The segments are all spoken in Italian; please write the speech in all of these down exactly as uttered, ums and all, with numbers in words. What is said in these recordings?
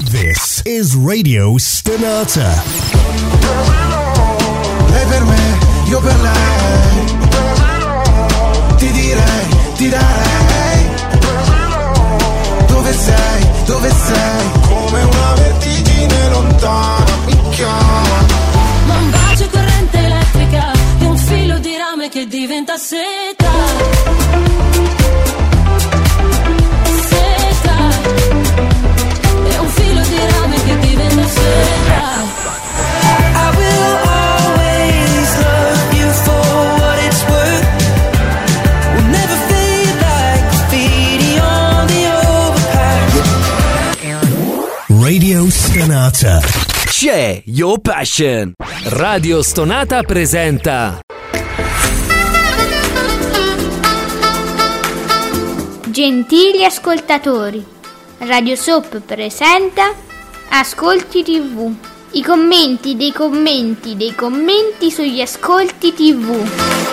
This is Radio Stonata. Lei per me, io per lei. Ti direi, ti darei. Dove sei, dove sei? Come una vertigine lontana mi chiama. Ma un bacio corrente elettrica e un filo di rame che diventa seta. Seta. E un filo di rame che diventa seta. I will always love you for what it's worth. We'll never fade like graffiti on the overpass. Radio Stonata. C'è Your Passion. Radio Stonata presenta Gentili ascoltatori, Radio Soap presenta Ascolti tivù. I commenti dei commenti dei commenti sugli ascolti tivù.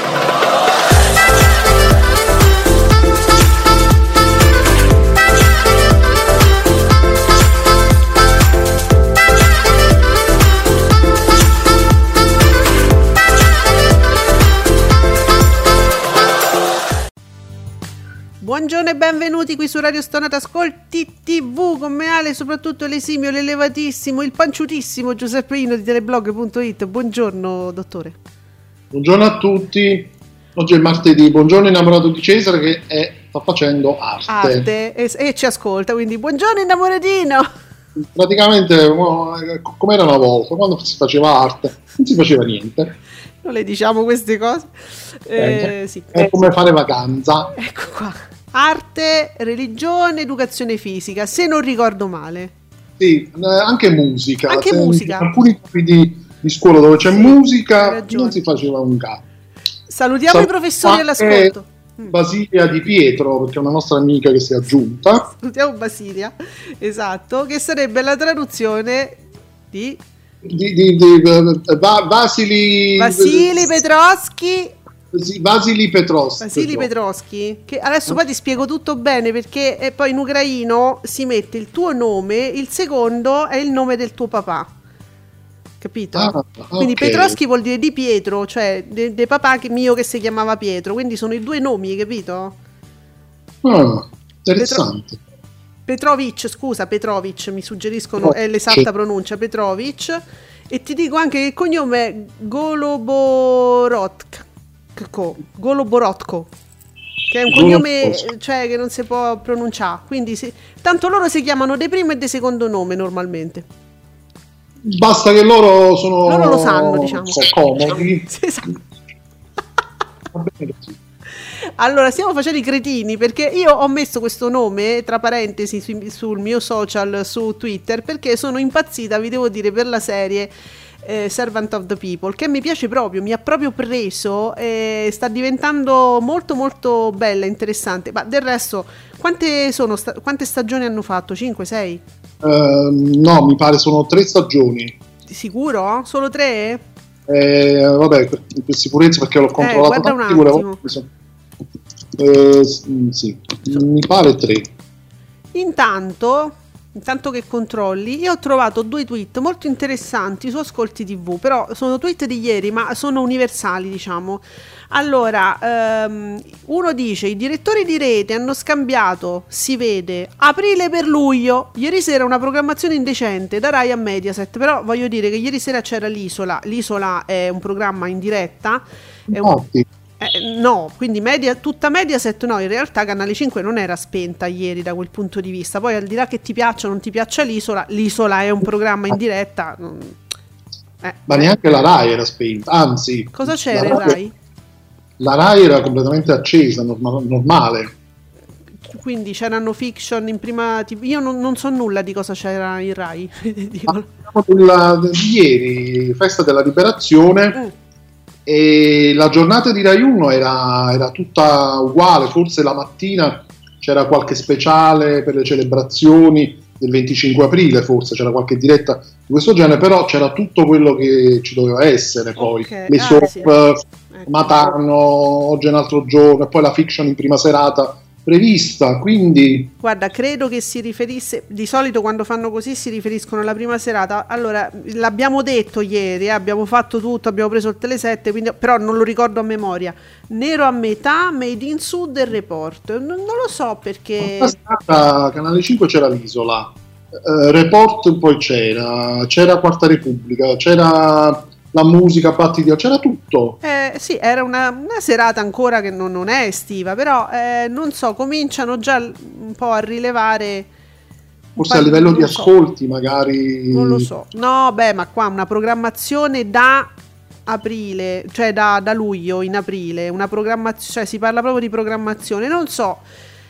Buongiorno e benvenuti qui su Radio Stonata Ascolti tivù con me Ale, soprattutto l'esimio, l'elevatissimo, il panciutissimo Giuseppino di teleblog punto it. Buongiorno dottore. Buongiorno a tutti. Oggi è martedì. Buongiorno innamorato di Cesare che è, sta facendo arte. Arte e, e ci ascolta, quindi buongiorno innamoratino. Praticamente come era una volta, quando si faceva arte non si faceva niente. Non le diciamo queste cose. Eh, eh, sì. È come fare vacanza. Ecco qua. Arte, religione, educazione fisica, se non ricordo male. Sì, anche musica. Anche se musica. In alcuni tipi di, di scuola dove c'è sì, musica non si faceva un cazzo. Salutiamo Sal- i professori all'ascolto. Basilia Di Pietro, perché è una nostra amica che si è aggiunta. Salutiamo Basilia, esatto, che sarebbe la traduzione di... Di, di, di uh, Vasili... Vasili Petroschi... Vasili Petroschi. Vasili Petroschi, che adesso poi ti spiego tutto bene, perché eh, poi in ucraino si mette il tuo nome, il secondo è il nome del tuo papà, capito? Ah, quindi okay. Petroschi vuol dire di Pietro, cioè del de papà che, mio che si chiamava Pietro, quindi sono i due nomi, capito? Ah, interessante. Petro- Petrovic, scusa, Petrovic, mi suggeriscono, è l'esatta pronuncia, Petrovic, e ti dico anche che il cognome è Goloborodko. Goloborodko, che è un cognome, cioè, che non si può pronunciare, quindi si, tanto loro si chiamano de primo e de secondo nome normalmente, basta che loro sono loro lo sanno, diciamo, comodi. Sì, esatto. Va bene così. Allora, stiamo facendo i cretini, perché io ho messo questo nome tra parentesi su, sul mio social, su Twitter, perché sono impazzita, vi devo dire, per la serie Eh, Servant of the People, che mi piace proprio, mi ha proprio preso e sta diventando molto molto bella, interessante. Ma del resto, quante sono sta- quante stagioni hanno fatto? cinque, sei? Uh, no, mi pare sono tre stagioni. Di sicuro? Solo tre? Eh, vabbè, per sicurezza, perché l'ho controllato eh, tanti volevo... eh, sì, mi pare tre. Intanto Intanto che controlli, io ho trovato due tweet molto interessanti su Ascolti tivù, però sono tweet di ieri, ma sono universali, diciamo. Allora, um, uno dice: i direttori di rete hanno scambiato, si vede, aprile per luglio. Ieri sera una programmazione indecente da Rai a Mediaset, però voglio dire che ieri sera c'era l'Isola. L'Isola è un programma in diretta, è un... Eh, no, quindi media, tutta Mediaset no, in realtà Canale cinque non era spenta ieri da quel punto di vista. Poi al di là che ti piaccia o non ti piaccia l'Isola, l'Isola è un programma in diretta. Non... Eh, Ma eh. neanche la Rai era spenta, anzi. Cosa c'era in Rai? Rai? La Rai era completamente accesa, normale. Quindi c'erano fiction in prima... Io non, non so nulla di cosa c'era in Rai. Della, di ieri, festa della liberazione... Mm. E la giornata di Rai uno era, era tutta uguale, forse la mattina c'era qualche speciale per le celebrazioni del venticinque aprile, forse c'era qualche diretta di questo genere, però c'era tutto quello che ci doveva essere poi, okay. le soap, ah, sì. Matarno, oggi è un altro giorno, e poi la fiction in prima serata prevista, quindi guarda, credo che si riferisse, di solito quando fanno così si riferiscono alla prima serata. Allora, l'abbiamo detto ieri, eh, abbiamo fatto tutto, abbiamo preso il Telesette, quindi, però non lo ricordo a memoria. Nero a metà, Made in Sud e Report. Non, non lo so perché... a Canale cinque c'era l'Isola, eh, Report poi c'era, c'era Quarta Repubblica, c'era la musica, battiti, c'era tutto. Eh, sì, era una, una serata ancora che non, non è estiva, però eh, non so, cominciano già un po' a rilevare. Forse a livello di ascolti, so. magari. Non lo so. No, beh, ma qua una programmazione da aprile, cioè da, da luglio in aprile, una programmazione, cioè si parla proprio di programmazione, non so.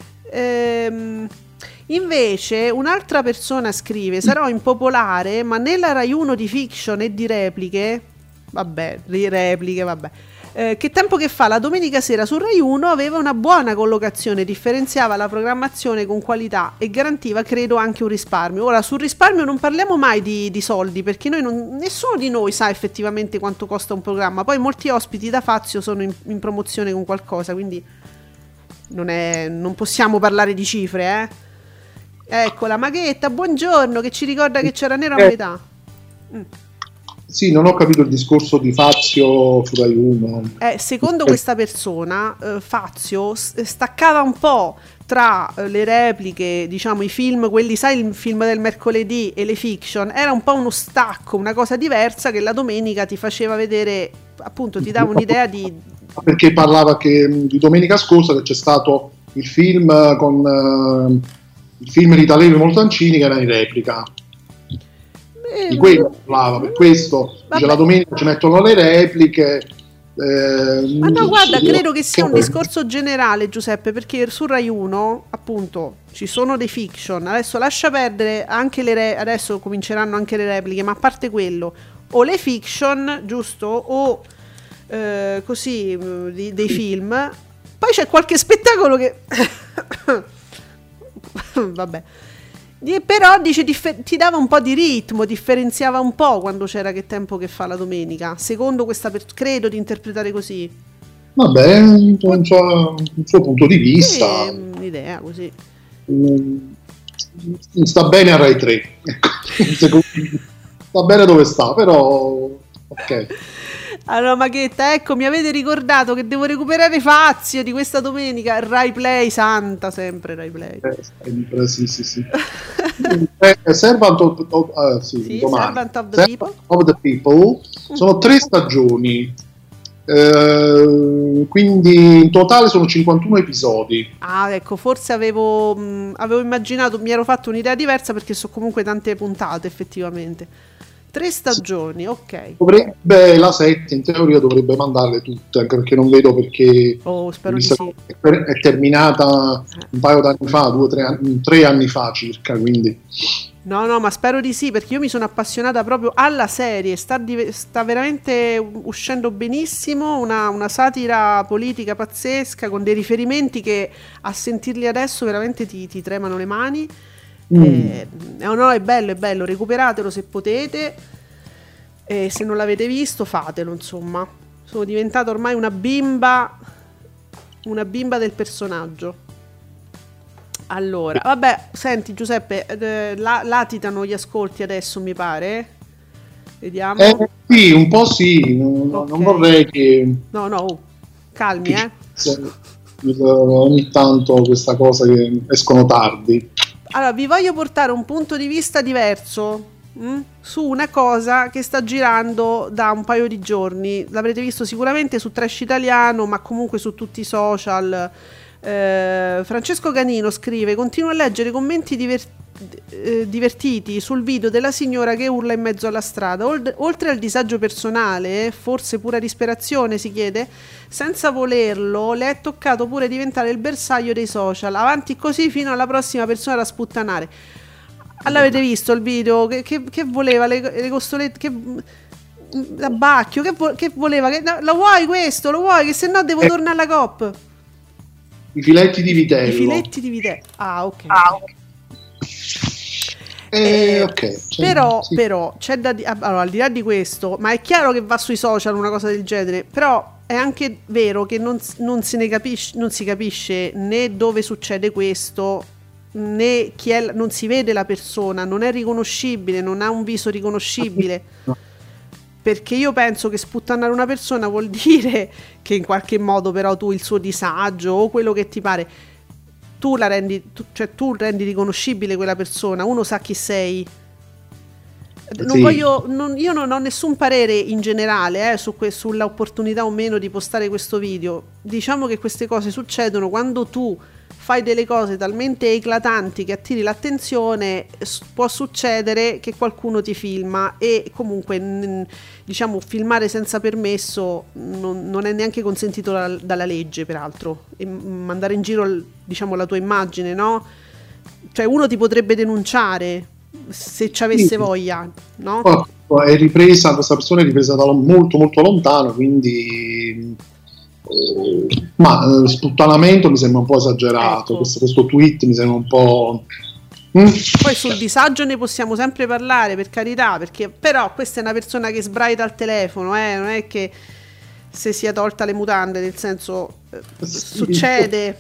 Ehm, invece un'altra persona scrive: sarò impopolare, ma nella Rai uno di fiction e di repliche, vabbè, di repliche, vabbè. Eh, che tempo che fa, la domenica sera su Rai uno aveva una buona collocazione, differenziava la programmazione con qualità e garantiva, credo, anche un risparmio. Ora, sul risparmio non parliamo mai di, di soldi, perché noi non, nessuno di noi sa effettivamente quanto costa un programma. Poi molti ospiti da Fazio sono in, in promozione con qualcosa, quindi non, è, non possiamo parlare di cifre, eh. Ecco la maghetta, buongiorno, che ci ricorda che c'era Nero a metà. Mm. Sì, non ho capito il discorso di Fazio su Rai uno. Eh, secondo questa persona, eh, Fazio s- staccava un po' tra eh, le repliche, diciamo i film, quelli, sai, il film del mercoledì e le fiction, era un po' uno stacco, una cosa diversa che la domenica ti faceva vedere, appunto, ti dava un'idea di... Perché parlava che di domenica scorsa che c'è stato il film con uh, il film di Talevi Montalcini che era in replica. Di quello parlava, per questo dice, la domenica ci mettono le repliche. Eh, ma no, guarda, credo che sia un discorso generale, Giuseppe, perché su Rai uno appunto ci sono dei fiction, adesso lascia perdere anche le re- adesso cominceranno anche le repliche, ma a parte quello, o le fiction, giusto, o eh, così di, dei film, poi c'è qualche spettacolo che vabbè. Però dice differ- ti dava un po' di ritmo, differenziava un po' quando c'era Che tempo che fa la domenica, secondo questa per- credo di interpretare così. Vabbè, un suo, un suo punto di vista, sì, un'idea così. Mm, sta bene a Rai tre, sta bene dove sta, però ok. Allora Maghetta, ecco, mi avete ricordato che devo recuperare Fazio di questa domenica. Rai Play, santa, sempre Rai Play. Eh, sempre, sì, sì, sì. eh, Servant of, of, uh, sì, sì, domani. Servant of the People. Of the People. Sono tre stagioni, eh, quindi in totale sono cinquantuno episodi. Ah, ecco, forse avevo, mh, avevo immaginato, mi ero fatto un'idea diversa perché sono comunque tante puntate effettivamente. Tre stagioni, ok. Dovrebbe, la sette in teoria dovrebbe mandarle tutte, anche perché non vedo perché oh, spero di sì. È terminata un paio d'anni fa, due, tre anni, tre anni fa circa, quindi. No, no, ma spero di sì, perché io mi sono appassionata proprio alla serie, sta, div- sta veramente uscendo benissimo, una, una satira politica pazzesca, con dei riferimenti che a sentirli adesso veramente ti, ti tremano le mani. Mm. Eh, no, no, è bello, è bello, recuperatelo se potete, e se non l'avete visto fatelo, insomma. Sono diventata ormai una bimba, una bimba del personaggio. Allora, vabbè, senti Giuseppe, eh, la, latitano gli ascolti adesso, mi pare. Vediamo. Eh, sì, un po' sì, non, okay. non vorrei che... No, no, oh, calmi, eh. Ogni tanto questa cosa che escono tardi. Allora, vi voglio portare un punto di vista diverso mh, su una cosa che sta girando da un paio di giorni. L'avrete visto sicuramente su Trash Italiano, ma comunque su tutti i social. Eh, Francesco Canino scrive: continuo a leggere commenti divertenti. Eh, divertiti sul video della signora che urla in mezzo alla strada. Old- oltre al disagio personale, forse pura disperazione, si chiede, senza volerlo le è toccato pure diventare il bersaglio dei social. Avanti così fino alla prossima persona da sputtanare. L'avete visto il video? Che, che, che voleva le, le costolette? Che da Bacchio? Che, vo- che voleva? Che, lo vuoi questo? Lo vuoi? Che se no devo eh. tornare alla Coop. I filetti di vitello. I filetti di vitello. Ah, ok. Ah, ok. Eh, eh, okay, cioè, però, sì. però c'è da di- allora, al di là di questo, ma è chiaro che va sui social una cosa del genere, però è anche vero che non, non se ne capisce, non si capisce né dove succede questo, né chi è, non si vede la persona, non è riconoscibile, non ha un viso riconoscibile. Perché io penso che sputtannare una persona vuol dire che in qualche modo però tu il suo disagio o quello che ti pare, tu la rendi, tu, cioè tu rendi riconoscibile quella persona, uno sa chi sei. Non sì. voglio, non, io non ho nessun parere in generale eh, su que, sull'opportunità o meno di postare questo video. Diciamo che queste cose succedono quando tu fai delle cose talmente eclatanti che attiri l'attenzione, può succedere che qualcuno ti filma e comunque n- diciamo filmare senza permesso non, non è neanche consentito da, dalla legge, peraltro, e mandare in giro diciamo la tua immagine, no? Cioè uno ti potrebbe denunciare se ci avesse sì. voglia, no? È ripresa, questa persona è ripresa da molto molto lontano, quindi eh, ma eh, sputtanamento mi sembra un po' esagerato, ecco. questo, questo tweet mi sembra un po'... Mm? Poi sul disagio ne possiamo sempre parlare, per carità, perché però questa è una persona che sbraita al telefono, eh, non è che se si è tolta le mutande, nel senso eh, Sì. succede.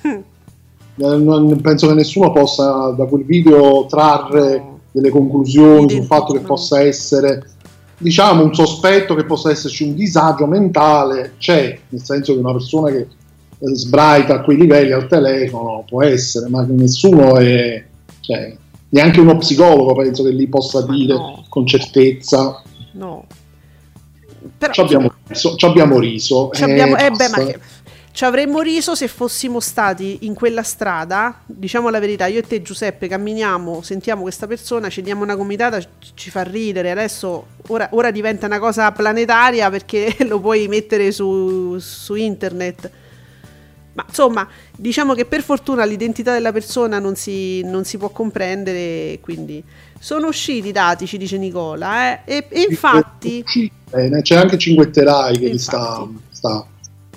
Non penso che nessuno possa da quel video trarre No. delle conclusioni sul Identico, fatto che no. possa essere, diciamo, un sospetto che possa esserci un disagio mentale, c'è, nel senso che una persona che eh, sbraita a quei livelli al telefono può essere, ma nessuno è, cioè, neanche uno psicologo penso che lì possa Ma dire no. con certezza. No, però Ci abbiamo riso, ci abbiamo riso ci abbiamo- eh, eh, beh, ma basta. che- ci avremmo riso se fossimo stati in quella strada, diciamo la verità, io e te Giuseppe camminiamo, sentiamo questa persona, ci diamo una gomitata, ci- ci fa ridere, adesso ora, ora diventa una cosa planetaria perché lo puoi mettere su, su internet, ma insomma diciamo che per fortuna l'identità della persona non si, non si può comprendere, quindi sono usciti i dati, ci dice Nicola, eh, e, e infatti... Bene, c'è anche Cinguetterai che li sta, Infatti. sta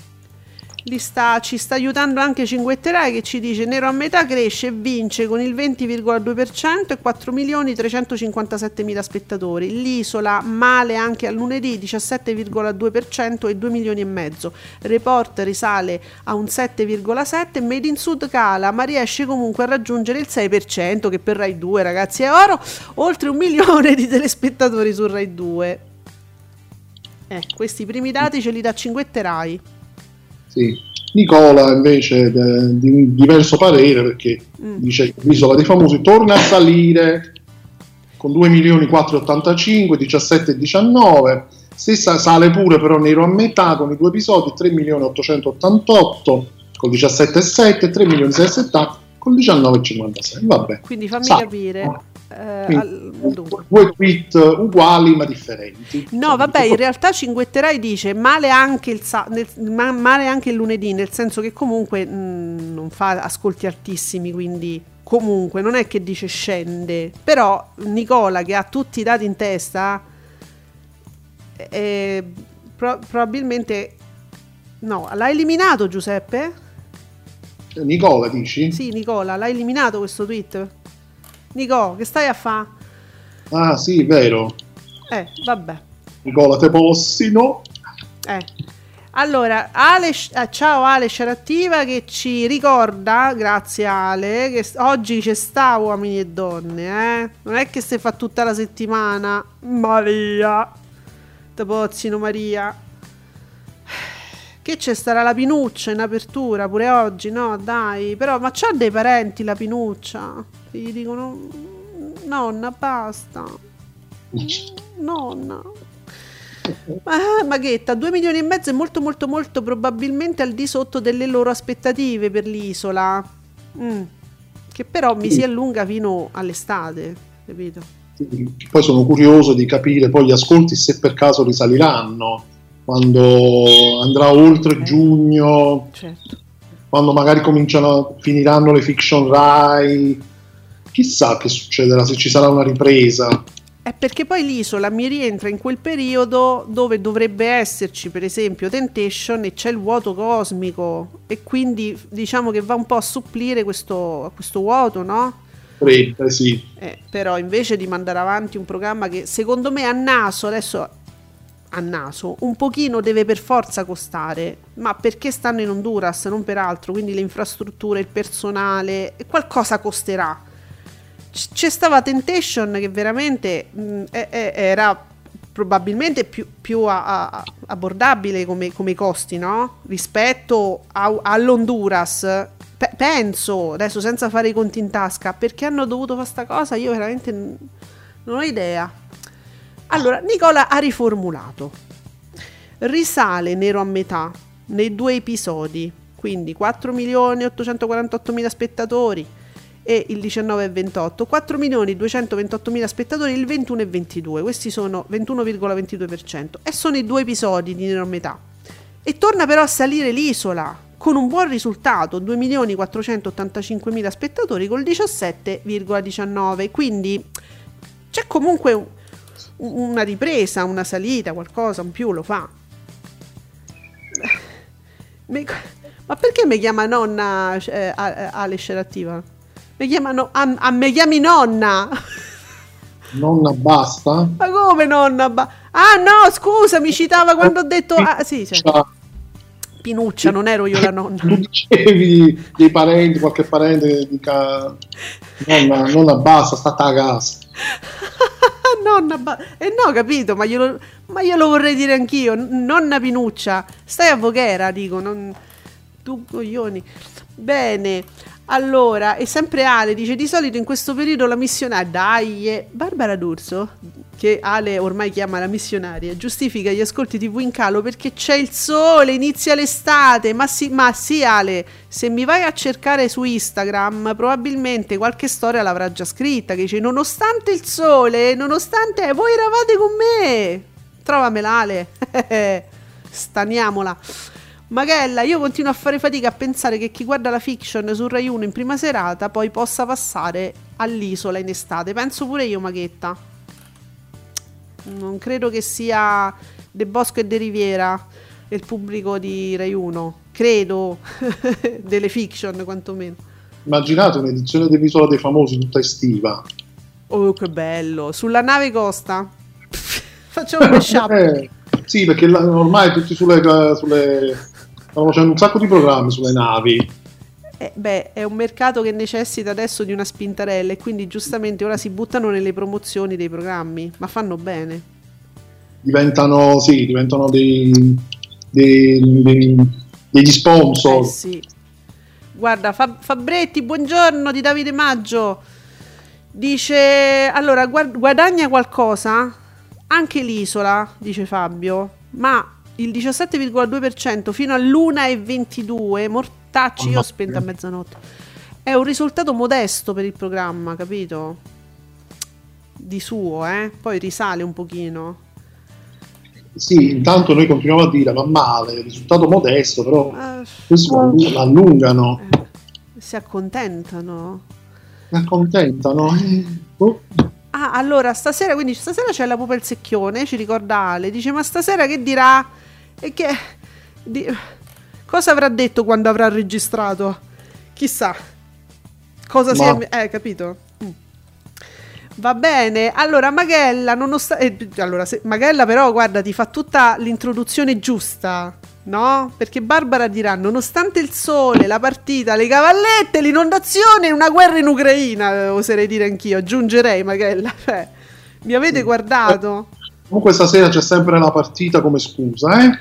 Li sta, ci sta aiutando anche Cinguetterai che ci dice Nero a metà cresce e vince con il venti virgola due per cento e quattro milioni trecentocinquantasettemila spettatori. L'isola male anche al lunedì diciassette virgola due per cento e due milioni e mezzo. Report risale a un sette virgola sette, Made in Sud cala ma riesce comunque a raggiungere il sei per cento che per Rai due ragazzi è oro, oltre un milione di telespettatori su Rai due. Eh, questi primi dati ce li dà Cinguetterai. Sì. Nicola invece de, di diverso parere perché Mm. dice che l'isola dei famosi torna a salire con due milioni quattrocentottantacinque, diciassette e diciannove, stessa sale pure però Nero a metà con i due episodi tre milioni ottocentottantotto col diciassette virgola sette e tre milioni seicentosettanta col diciannove virgola cinquantasei. Vabbè, Quindi fammi Sa- capire. eh, Quindi, al- dunque. due tweet uguali ma differenti. No, vabbè, in realtà Cinguetterai dice male anche il, sa- nel- ma- male anche il lunedì, nel senso che comunque mh, non fa ascolti altissimi, quindi comunque non è che dice scende. Però Nicola, che ha tutti i dati in testa, eh, pro- probabilmente... No, l'ha eliminato Giuseppe? Nicola dici? Sì, Nicola, l'ha eliminato questo tweet? Nico, che stai a fa? Ah sì, vero. Eh, vabbè. Nicola te possino. Eh. Allora, Ale, eh, ciao Ale Sciarattiva che ci ricorda, grazie Ale, che s- oggi c'è sta Uomini e Donne, eh? Non è che se fa tutta la settimana. Maria. Te pozzino Maria. Che c'è starà la Pinuccia in apertura pure oggi, no? Dai, però ma c'ha dei parenti la Pinuccia? Che gli dicono nonna, basta. Nonna. Ah, Maghetta, due milioni e mezzo è molto molto molto probabilmente al di sotto delle loro aspettative per l'isola. Mm. Che però mi si allunga fino all'estate, capito? Poi sono curioso di capire poi gli ascolti se per caso risaliranno quando andrà oltre giugno, Certo. quando magari cominciano, finiranno le fiction Rai, chissà che succederà, se ci sarà una ripresa. È perché poi l'isola mi rientra in quel periodo dove dovrebbe esserci per esempio Temptation e c'è il vuoto cosmico e quindi diciamo che va un po' a supplire questo, questo vuoto, no? Fredda, sì. Eh, però invece di mandare avanti un programma che secondo me a naso adesso a naso, un pochino deve per forza costare, ma perché stanno in Honduras, non per altro, quindi le infrastrutture, il personale, qualcosa costerà. C- c'è stava Temptation che veramente mh, è, è, era probabilmente più, più a, a, abbordabile come, come costi, no? Rispetto a, all'Honduras. Pe- penso, adesso senza fare i conti in tasca, perché hanno dovuto fare sta cosa, io veramente n- non ho idea. Allora, Nicola ha riformulato. Risale nero a metà nei due episodi, quindi quattro milioni ottocentoquarantotto mila spettatori e il diciannove e ventotto, quattro milioni duecentoventotto mila spettatori il ventuno e ventidue, questi sono ventuno virgola ventidue per cento e sono i due episodi di nero a metà. E torna però a salire l'isola con un buon risultato, due milioni quattrocentottantacinque mila spettatori col diciassette virgola diciannove, quindi c'è comunque un una ripresa, una salita, qualcosa in più lo fa. Ma perché mi chiama nonna eh, Ale Scerattiva? Mi chiamano a, a me chiami nonna. Nonna basta? Ma come nonna ba- ah no, scusa, mi citava quando ho detto ah, sì, sì. Pinuccia, non ero io la nonna. Tu dicevi dei parenti, qualche parente che dica nonna, nonna basta, state a casa. Nonna ba- eh no, capito, ma glielo, ma io lo vorrei dire anch'io. Nonna Pinuccia, stai a Voghera, dico, non tu coglioni. Bene, allora, e sempre Ale dice: di solito in questo periodo la missionaria, dai, eh, Barbara D'Urso, che Ale ormai chiama la missionaria, giustifica gli ascolti tivù in calo perché c'è il sole, inizia l'estate. Ma sì, ma sì Ale, se mi vai a cercare su Instagram probabilmente qualche storia l'avrà già scritta, che dice: nonostante il sole, nonostante voi eravate con me. Trovamela Ale. Staniamola. Magella, io continuo a fare fatica a pensare che chi guarda la fiction su Rai uno in prima serata poi possa passare all'isola in estate. Penso pure io, Maghetta. Non credo che sia De Bosco e De Riviera il pubblico di Rai uno. Credo. Delle fiction, quantomeno. Immaginate un'edizione dell'Isola dei Famosi tutta estiva. Oh, che bello. Sulla nave Costa. Facciamo un mashup. eh, Sì, perché la, ormai tutti sulle... sulle stanno facendo un sacco di programmi sulle navi. Eh, beh, è un mercato che necessita adesso di una spintarella e quindi giustamente ora si buttano nelle promozioni dei programmi, ma fanno bene. Diventano, sì, diventano dei, dei, dei degli sponsor. Eh sì. Guarda, Fab- Fabretti, buongiorno, di Davide Maggio. Dice, allora, guad- guadagna qualcosa? Anche l'isola, dice Fabio, ma il diciassette virgola due per cento fino all'una e ventidue, mortacci, io ho spento a mezzanotte. È un risultato modesto per il programma, capito? Di suo, eh? Poi risale un pochino. Sì, intanto noi continuiamo a dire va male, risultato modesto, però Eh, questo lo allungano, eh, si accontentano. si accontentano. Oh. Ah, allora, stasera, quindi stasera c'è la pupa il secchione, ci ricorda Ale, dice, ma stasera che dirà? E che... Di, cosa avrà detto quando avrà registrato? Chissà. Cosa si Ma... è... Eh, capito? Mm. Va bene, allora Maghella, nonostante... Eh, allora, se, Maghella però, guarda, ti fa tutta l'introduzione giusta, no? Perché Barbara dirà, nonostante il sole, la partita, le cavallette, l'inondazione e una guerra in Ucraina, oserei dire anch'io, aggiungerei Maghella, cioè, mi avete guardato? Comunque stasera c'è sempre la partita come scusa, eh?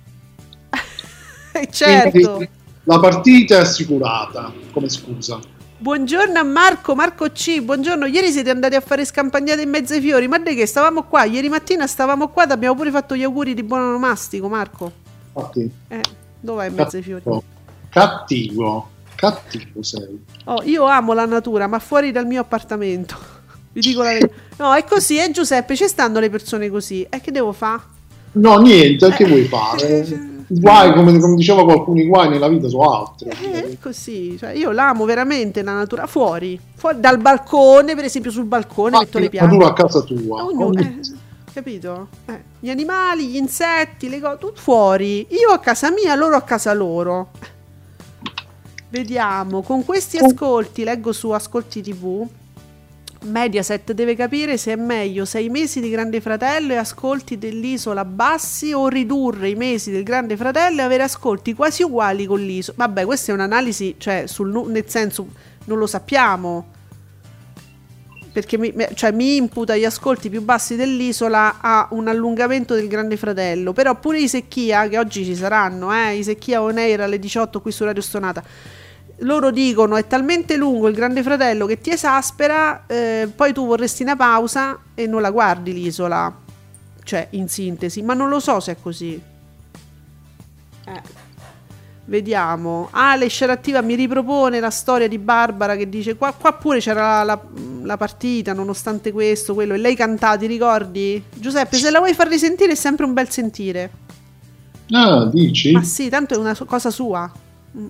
Certo. Quindi la partita è assicurata come scusa. Buongiorno a Marco, Marco C, buongiorno. Ieri siete andati a fare scampagnate in mezzo ai fiori, ma di che? Stavamo qua, ieri mattina stavamo qua, ti abbiamo pure fatto gli auguri di buon onomastico, Marco. Infatti, Eh, dov'è in mezzo ai fiori? Cattivo, cattivo sei. Oh, io amo la natura, ma fuori dal mio appartamento. Vi dico la verità. No, è così, eh Giuseppe, ci stanno le persone così. E che devo fare? No, niente, che Eh, vuoi fare? Guai, come, come diceva qualcuno, i guai nella vita sono altri. Eh, è così, cioè, io l'amo veramente la natura fuori, fuori dal balcone, per esempio sul balcone metto le piante. Natura a casa tua. Ognuno, eh, capito? Eh, gli animali, gli insetti, le cose, tutto fuori. Io a casa mia, loro a casa loro. Vediamo, con questi ascolti, leggo su Ascolti tivù, Mediaset deve capire se è meglio sei mesi di Grande Fratello e ascolti dell'Isola bassi o ridurre i mesi del Grande Fratello e avere ascolti quasi uguali con l'Isola. Vabbè, questa è un'analisi, cioè, sul, nel senso, non lo sappiamo. Perché mi, cioè, mi imputa gli ascolti più bassi dell'Isola a un allungamento del Grande Fratello. Però pure i Secchia, che oggi ci saranno, eh, i Secchia on air alle diciotto qui su Radio Stonata, loro dicono è talmente lungo il Grande Fratello che ti esaspera, eh, poi tu vorresti una pausa e non la guardi l'Isola, cioè in sintesi, ma non lo so se è così. Eh. Vediamo. Ale Scerattiva mi ripropone la storia di Barbara che dice qua, qua pure c'era la, la, la partita nonostante questo, quello, e lei cantava, ti ricordi? Giuseppe, se la vuoi far risentire è sempre un bel sentire. Ah, dici? Ma sì, tanto è una cosa sua. Mm.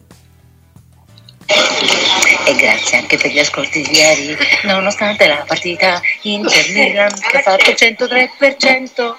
E grazie anche per gli ascolti di ieri, nonostante la partita Inter Milan che ha fatto il centotré per cento.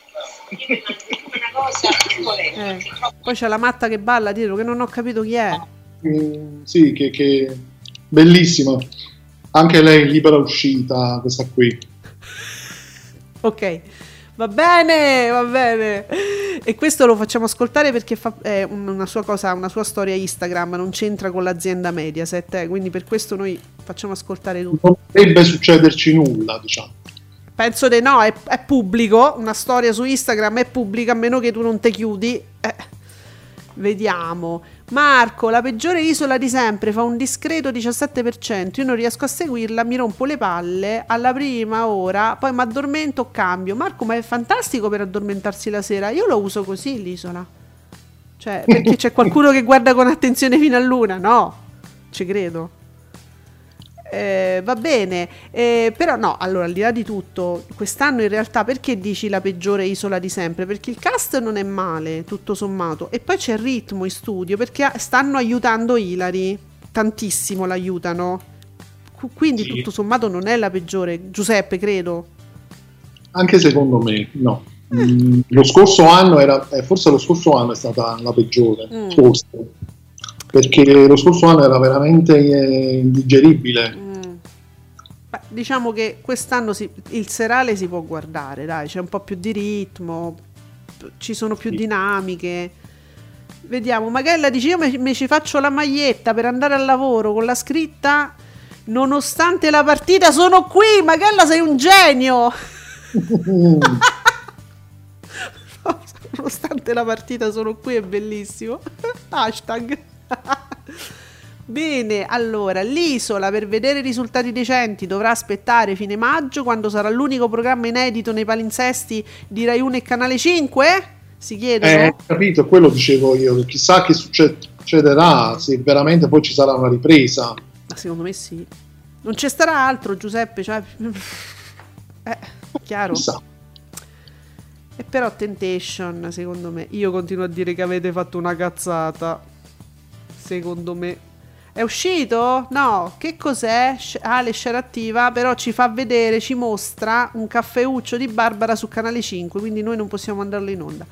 Eh, poi c'è la matta che balla dietro che non ho capito chi è. Mm, sì, che, che bellissima. Anche lei libera uscita, questa qui. Ok, va bene, va bene. E questo lo facciamo ascoltare perché fa, è una sua cosa, una sua storia Instagram, non c'entra con l'azienda Mediaset, eh, quindi per questo noi facciamo ascoltare tutto. Non dovrebbe succederci nulla, diciamo. Penso di no, è, è pubblico, una storia su Instagram è pubblica, a meno che tu non te chiudi. Eh, vediamo. Marco, la peggiore isola di sempre, fa un discreto diciassette per cento, io non riesco a seguirla, mi rompo le palle alla prima ora, poi mi addormento o cambio. Marco, ma è fantastico per addormentarsi la sera, io lo uso così l'isola. Cioè, perché c'è qualcuno che guarda con attenzione fino a luna? No, ci credo. Eh, va bene, eh, però no, allora al di là di tutto, quest'anno in realtà perché dici la peggiore isola di sempre? Perché il cast non è male, tutto sommato, e poi c'è il ritmo in studio, perché stanno aiutando Ilari, tantissimo l'aiutano, quindi sì, tutto sommato non è la peggiore, Giuseppe, credo. Anche secondo me, no. Mm, lo scorso anno era, eh, forse lo scorso anno è stata la peggiore, mm. forse. Perché lo scorso anno era veramente eh, indigeribile. Mm. Beh, diciamo che quest'anno si, il serale si può guardare, dai, c'è un po' più di ritmo, ci sono più sì. dinamiche. Vediamo, Magella dice io mi ci faccio la maglietta per andare al lavoro con la scritta nonostante la partita sono qui. Magella, sei un genio. Nonostante la partita sono qui, è bellissimo. Hashtag. Bene, allora l'isola per vedere risultati decenti dovrà aspettare fine maggio, quando sarà l'unico programma inedito nei palinsesti di Rai uno e Canale cinque? Si chiedono? Eh, capito, quello dicevo io, chissà che succederà, se veramente poi ci sarà una ripresa. Ma secondo me sì. Non ci starà altro, Giuseppe, cioè eh, chiaro. Chissà. E però Temptation, secondo me, io continuo a dire che avete fatto una cazzata. Secondo me è uscito? No, che cos'è? Ale Scerattiva però ci fa vedere, ci mostra un caffeuccio di Barbara su Canale cinque, quindi noi non possiamo mandarlo in onda.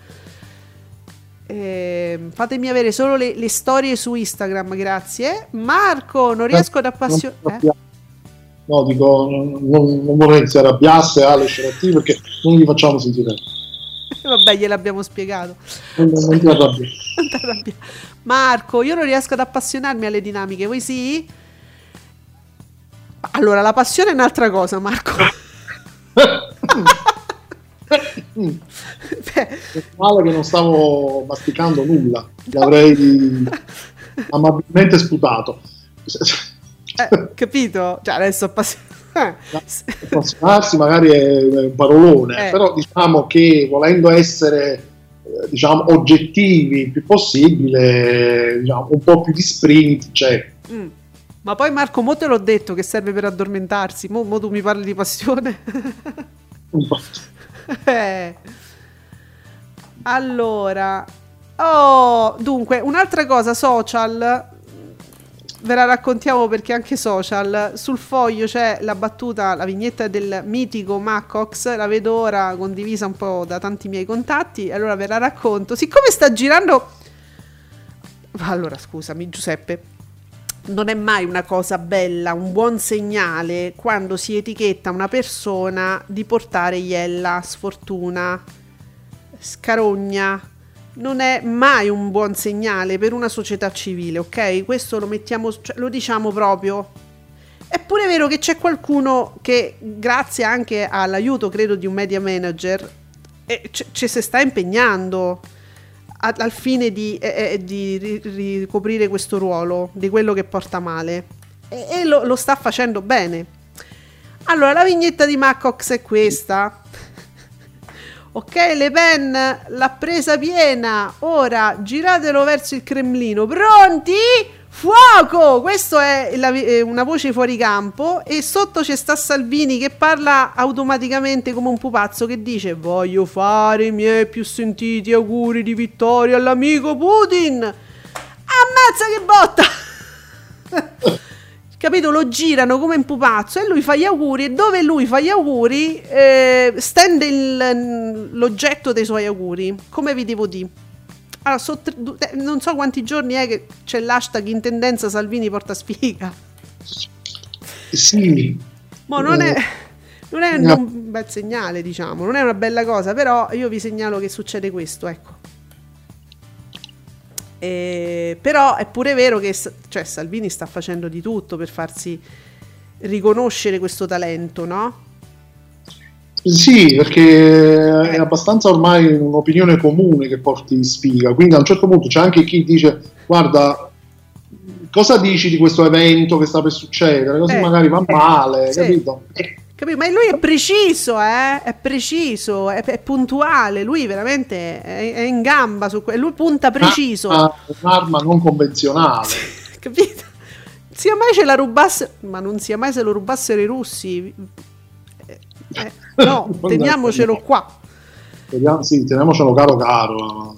Eh, fatemi avere solo le, le storie su Instagram, grazie. Marco, non riesco ad appassionare. Eh? No, dico, non, non vorrei che si arrabbiasse Ale Scerattiva perché non gli facciamo sentire. Vabbè, gliel'abbiamo spiegato. Non, non ti arrabbi. Non ti arrabbi. Marco, io non riesco ad appassionarmi alle dinamiche, voi sì? Allora, la passione è un'altra cosa, Marco. Male che non stavo masticando nulla, l'avrei amabilmente sputato. Eh, capito? Cioè, adesso appassionato. Eh. Appassionarsi magari è un parolone, eh. però diciamo che volendo essere eh, diciamo oggettivi il più possibile, diciamo, un po' più di sprint c'è. Mm. Ma poi Marco, mo te l'ho detto che serve per addormentarsi, mo, mo tu mi parli di passione. eh. Allora, oh, dunque, un'altra cosa, social. Ve la raccontiamo perché anche social. Sul foglio c'è la battuta, la vignetta del mitico Macox, la vedo ora condivisa un po' da tanti miei contatti, allora ve la racconto. Siccome sta girando, allora scusami Giuseppe, non è mai una cosa bella, un buon segnale quando si etichetta una persona di portare iella, sfortuna, scarogna. Non è mai un buon segnale per una società civile, ok? Questo lo mettiamo, cioè, lo diciamo proprio. È pure vero che c'è qualcuno che, grazie anche all'aiuto, credo, di un media manager, eh, ci, ci si sta impegnando a, al fine di, eh, di ri, ricoprire questo ruolo di quello che porta male, e, e lo, lo sta facendo bene. Allora, la vignetta di Macox è questa. Ok, Le Pen l'ha presa piena, ora giratelo verso il Cremlino, pronti? Fuoco! Questo è, la, è una voce fuori campo, e sotto c'è sta Salvini che parla automaticamente come un pupazzo, che dice: voglio fare i miei più sentiti auguri di vittoria all'amico Putin. Ammazza che botta! Capito? Lo girano come un pupazzo e lui fa gli auguri, e dove lui fa gli auguri eh, stende il, l'oggetto dei suoi auguri, come vi devo dire. Allora, so, non so quanti giorni è che c'è l'hashtag in tendenza Salvini porta sfiga. Sì. Ma non è, non è no. un bel segnale, diciamo, non è una bella cosa, però io vi segnalo che succede questo, ecco. Eh, però è pure vero che, cioè, Salvini sta facendo di tutto per farsi riconoscere questo talento, no? Sì, perché è abbastanza ormai un'opinione comune che porti sfiga, quindi a un certo punto c'è anche chi dice: guarda, cosa dici di questo evento che sta per succedere, così eh, magari va male, sì. Capito? Capito? Ma lui è preciso, eh? È preciso, è, è puntuale, lui veramente è, è in gamba su quello, lui punta preciso. Ah, un'arma non convenzionale. Capito? Sia mai ce la rubasse, ma non sia mai se lo rubassero i russi. Eh, no, teniamocelo qua. Teniamo, sì, teniamocelo caro caro.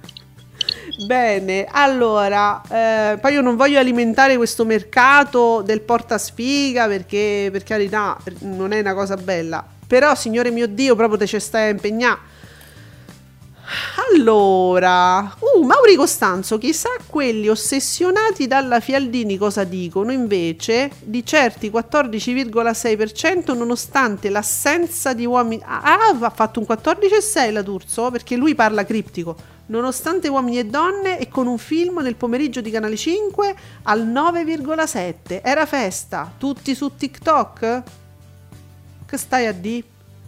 Bene, allora, eh, poi io non voglio alimentare questo mercato del portasfiga, perché per carità non è una cosa bella, però signore mio Dio, proprio te ci stai a impegnare. Allora, uh, Mauri Costanzo, chissà quelli ossessionati dalla Fialdini cosa dicono invece di certi quattordici virgola sei per cento nonostante l'assenza di uomini. Ah, ha fatto un quattordici virgola sei la D'Urso, perché lui parla criptico. Nonostante uomini e donne, e con un film nel pomeriggio di Canale cinque al nove virgola sette. Era festa, tutti su TikTok? Che stai a di?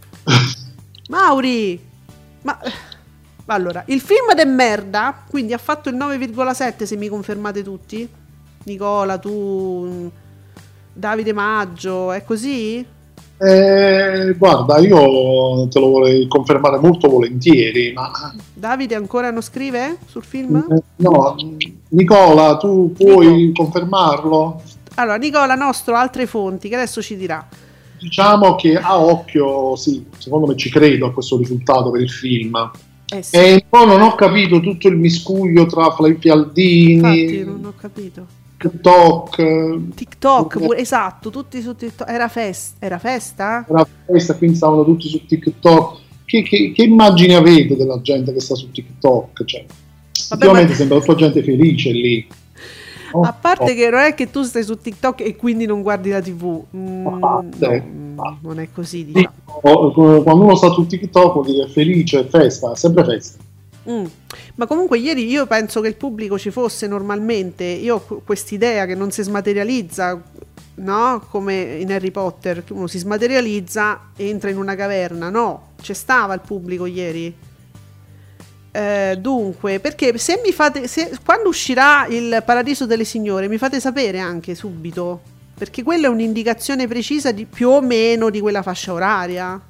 Mauri, ma... Allora, il film de merda, quindi ha fatto il nove virgola sette, se mi confermate tutti. Nicola, tu, Davide Maggio, è così? Eh, guarda, io te lo vorrei confermare molto volentieri, ma... Davide ancora non scrive sul film? Eh, no, Nicola, tu puoi Nico. confermarlo? Allora, Nicola, nostro, altre fonti, che adesso ci dirà. Diciamo che a occhio, sì, secondo me ci credo a questo risultato per il film. Eh sì. E poi non ho capito tutto il miscuglio tra Fialdini. Infatti non ho capito. TikTok. TikTok, pure, esatto, tutti su TikTok. Era, fest- era festa? Era festa, quindi stavano tutti su TikTok. Che, che, che immagini avete della gente che sta su TikTok? Cioè, ovviamente ma... sembra tutta gente felice lì. Oh, a parte oh. che non è che tu stai su TikTok e quindi non guardi la tivù. Mm, ah, no, non è così, diciamo. Quando uno sta su TikTok vuol dire felice, festa, sempre festa. Mm. Ma comunque ieri io penso che il pubblico ci fosse normalmente. Io ho quest'idea che non si smaterializza, no? Come in Harry Potter, che uno si smaterializza e entra in una caverna. No, c'è stava il pubblico ieri. Eh, dunque, perché se mi fate, se, quando uscirà il Paradiso delle Signore, mi fate sapere anche subito, perché quella è un'indicazione precisa di più o meno di quella fascia oraria.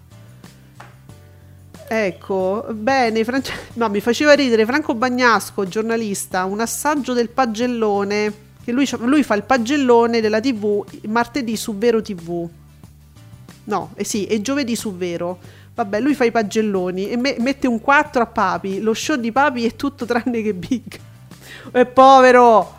Ecco, bene, France... no, mi faceva ridere Franco Bagnasco, giornalista, un assaggio del pagellone, che lui, lui fa il pagellone della tivù martedì su Vero tivù. No, eh sì, e giovedì su Vero. Vabbè, lui fa i pagelloni e me- mette un quattro a Papi. Lo show di Papi è tutto tranne che big. È povero.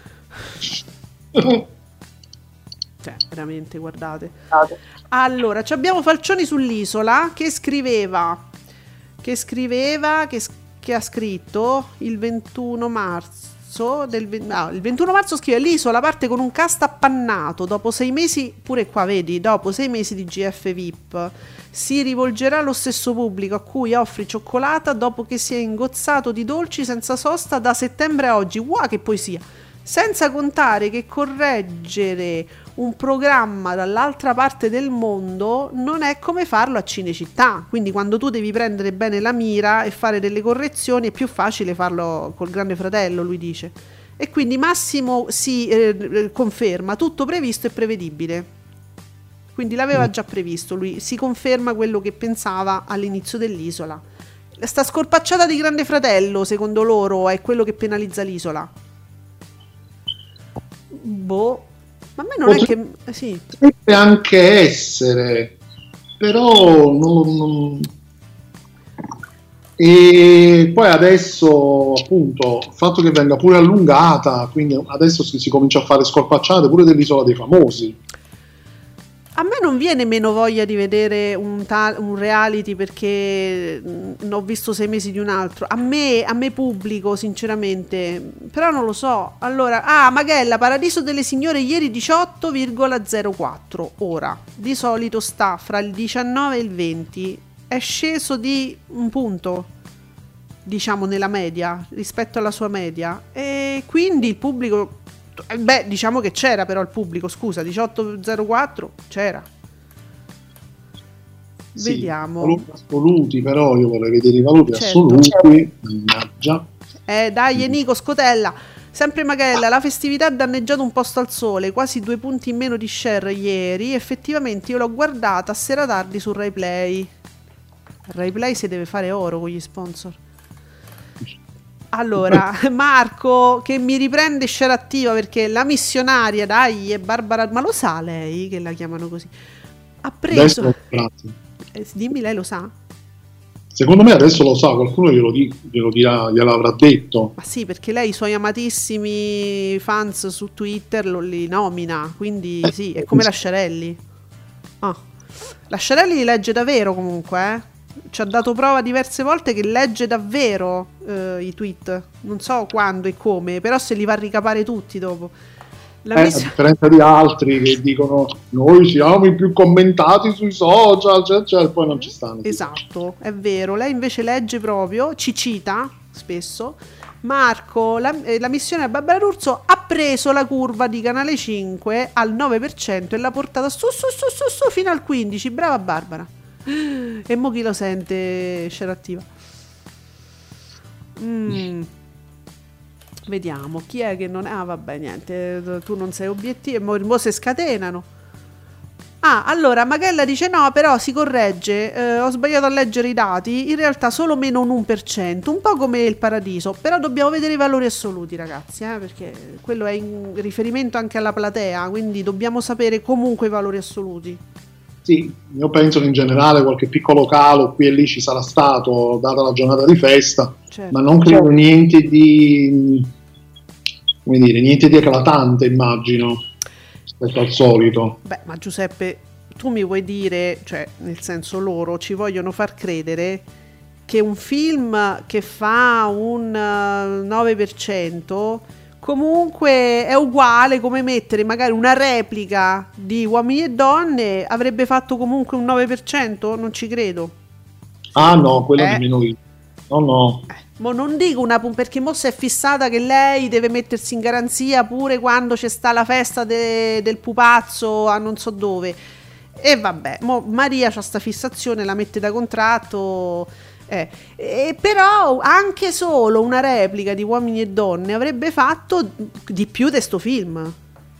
Cioè, veramente, guardate. Allora, abbiamo Falcioni sull'Isola che scriveva che scriveva che, che ha scritto il ventuno marzo marzo, del, no, il ventuno marzo scrive: l'isola parte con un cast appannato, dopo sei mesi, pure qua vedi, dopo sei mesi di G F V I P, si rivolgerà allo stesso pubblico a cui offri cioccolata dopo che si è ingozzato di dolci senza sosta da settembre a oggi. Wow, che poesia! Senza contare che correggere un programma dall'altra parte del mondo non è come farlo a Cinecittà, quindi quando tu devi prendere bene la mira e fare delle correzioni è più facile farlo col Grande Fratello, lui dice. E quindi Massimo si eh, conferma, tutto previsto e prevedibile, quindi l'aveva già previsto, lui si conferma quello che pensava all'inizio dell'Isola. Sta scorpacciata di Grande Fratello, secondo loro, è quello che penalizza l'Isola. Boh, ma a me non Potrebbe è che sì. Potrebbe anche essere, però non, non... E poi adesso appunto il fatto che venga pure allungata, quindi adesso si, si comincia a fare scorpacciate pure dell'Isola dei Famosi. A me non viene meno voglia di vedere un, ta- un reality perché mh, ho visto sei mesi di un altro. A me, a me pubblico, sinceramente, però non lo so. Allora, ah, Maghella, Paradiso delle Signore ieri diciotto virgola zero quattro ora. Di solito sta fra il diciannove e il venti. È sceso di un punto, diciamo, nella media, rispetto alla sua media. E quindi il pubblico... Beh, diciamo che c'era però il pubblico, scusa, diciotto virgola zero quattro c'era. Sì, vediamo. Valori assoluti, però io vorrei vedere i valori certo. assoluti. Mannaggia. Eh, dai, Nico Scotella. Sempre Maghella, la festività ha danneggiato un posto al sole, quasi due punti in meno di share ieri. Effettivamente io l'ho guardata a sera tardi su Rai Play. Rai Play si deve fare oro con gli sponsor. Allora, Marco che mi riprende share attiva perché la missionaria, dai, è Barbara, ma lo sa lei che la chiamano così? Ha preso... Eh, dimmi, lei lo sa? Secondo me adesso lo sa, qualcuno glielo, di, glielo dirà, gliel'avrà detto. Ma sì, perché lei i suoi amatissimi fans su Twitter lo, li nomina, quindi eh, sì, è come la Sciarelli. Ah. La Sciarelli li legge davvero comunque, eh? Ci ha dato prova diverse volte che legge davvero eh, i tweet, non so quando e come, però se li va a ricapare tutti dopo. La eh, miss- a differenza di altri che dicono noi siamo i più commentati sui social, cioè, cioè, poi non ci stanno. Esatto, è vero, lei invece legge proprio, ci cita spesso. Marco, la, eh, la missione a Barbara D'Urso ha preso la curva di Canale cinque al nove per cento e l'ha portata su su su su, su fino al quindici, brava Barbara. E mo chi lo sente share attiva? Mm. Vediamo chi è che non è. Ah vabbè, niente, tu non sei obiettivo. Mo, mo si scatenano. Ah, allora Maghella dice no, però si corregge, eh, ho sbagliato a leggere i dati, in realtà solo meno un uno per cento, un po' come il Paradiso, però dobbiamo vedere i valori assoluti, ragazzi, eh, perché quello è in riferimento anche alla platea, quindi dobbiamo sapere comunque i valori assoluti. Sì, io penso che in generale qualche piccolo calo qui e lì ci sarà stato, data la giornata di festa, certo. Ma non credo niente di, come dire, niente di eclatante, immagino, rispetto al solito. Beh, ma Giuseppe, tu mi vuoi dire, cioè, nel senso loro ci vogliono far credere che un film che fa un nove per cento comunque è uguale come mettere magari una replica di Uomini e Donne, avrebbe fatto comunque un nove per cento? Non ci credo. Ah no, quello eh. di noi. No, no. Eh, mo non dico una perché mo si è fissata che lei deve mettersi in garanzia pure quando c'è sta la festa de, del pupazzo a non so dove. E vabbè, mo Maria c'ha sta fissazione, la mette da contratto. Eh, eh, però anche solo una replica di Uomini e Donne avrebbe fatto di più di sto film.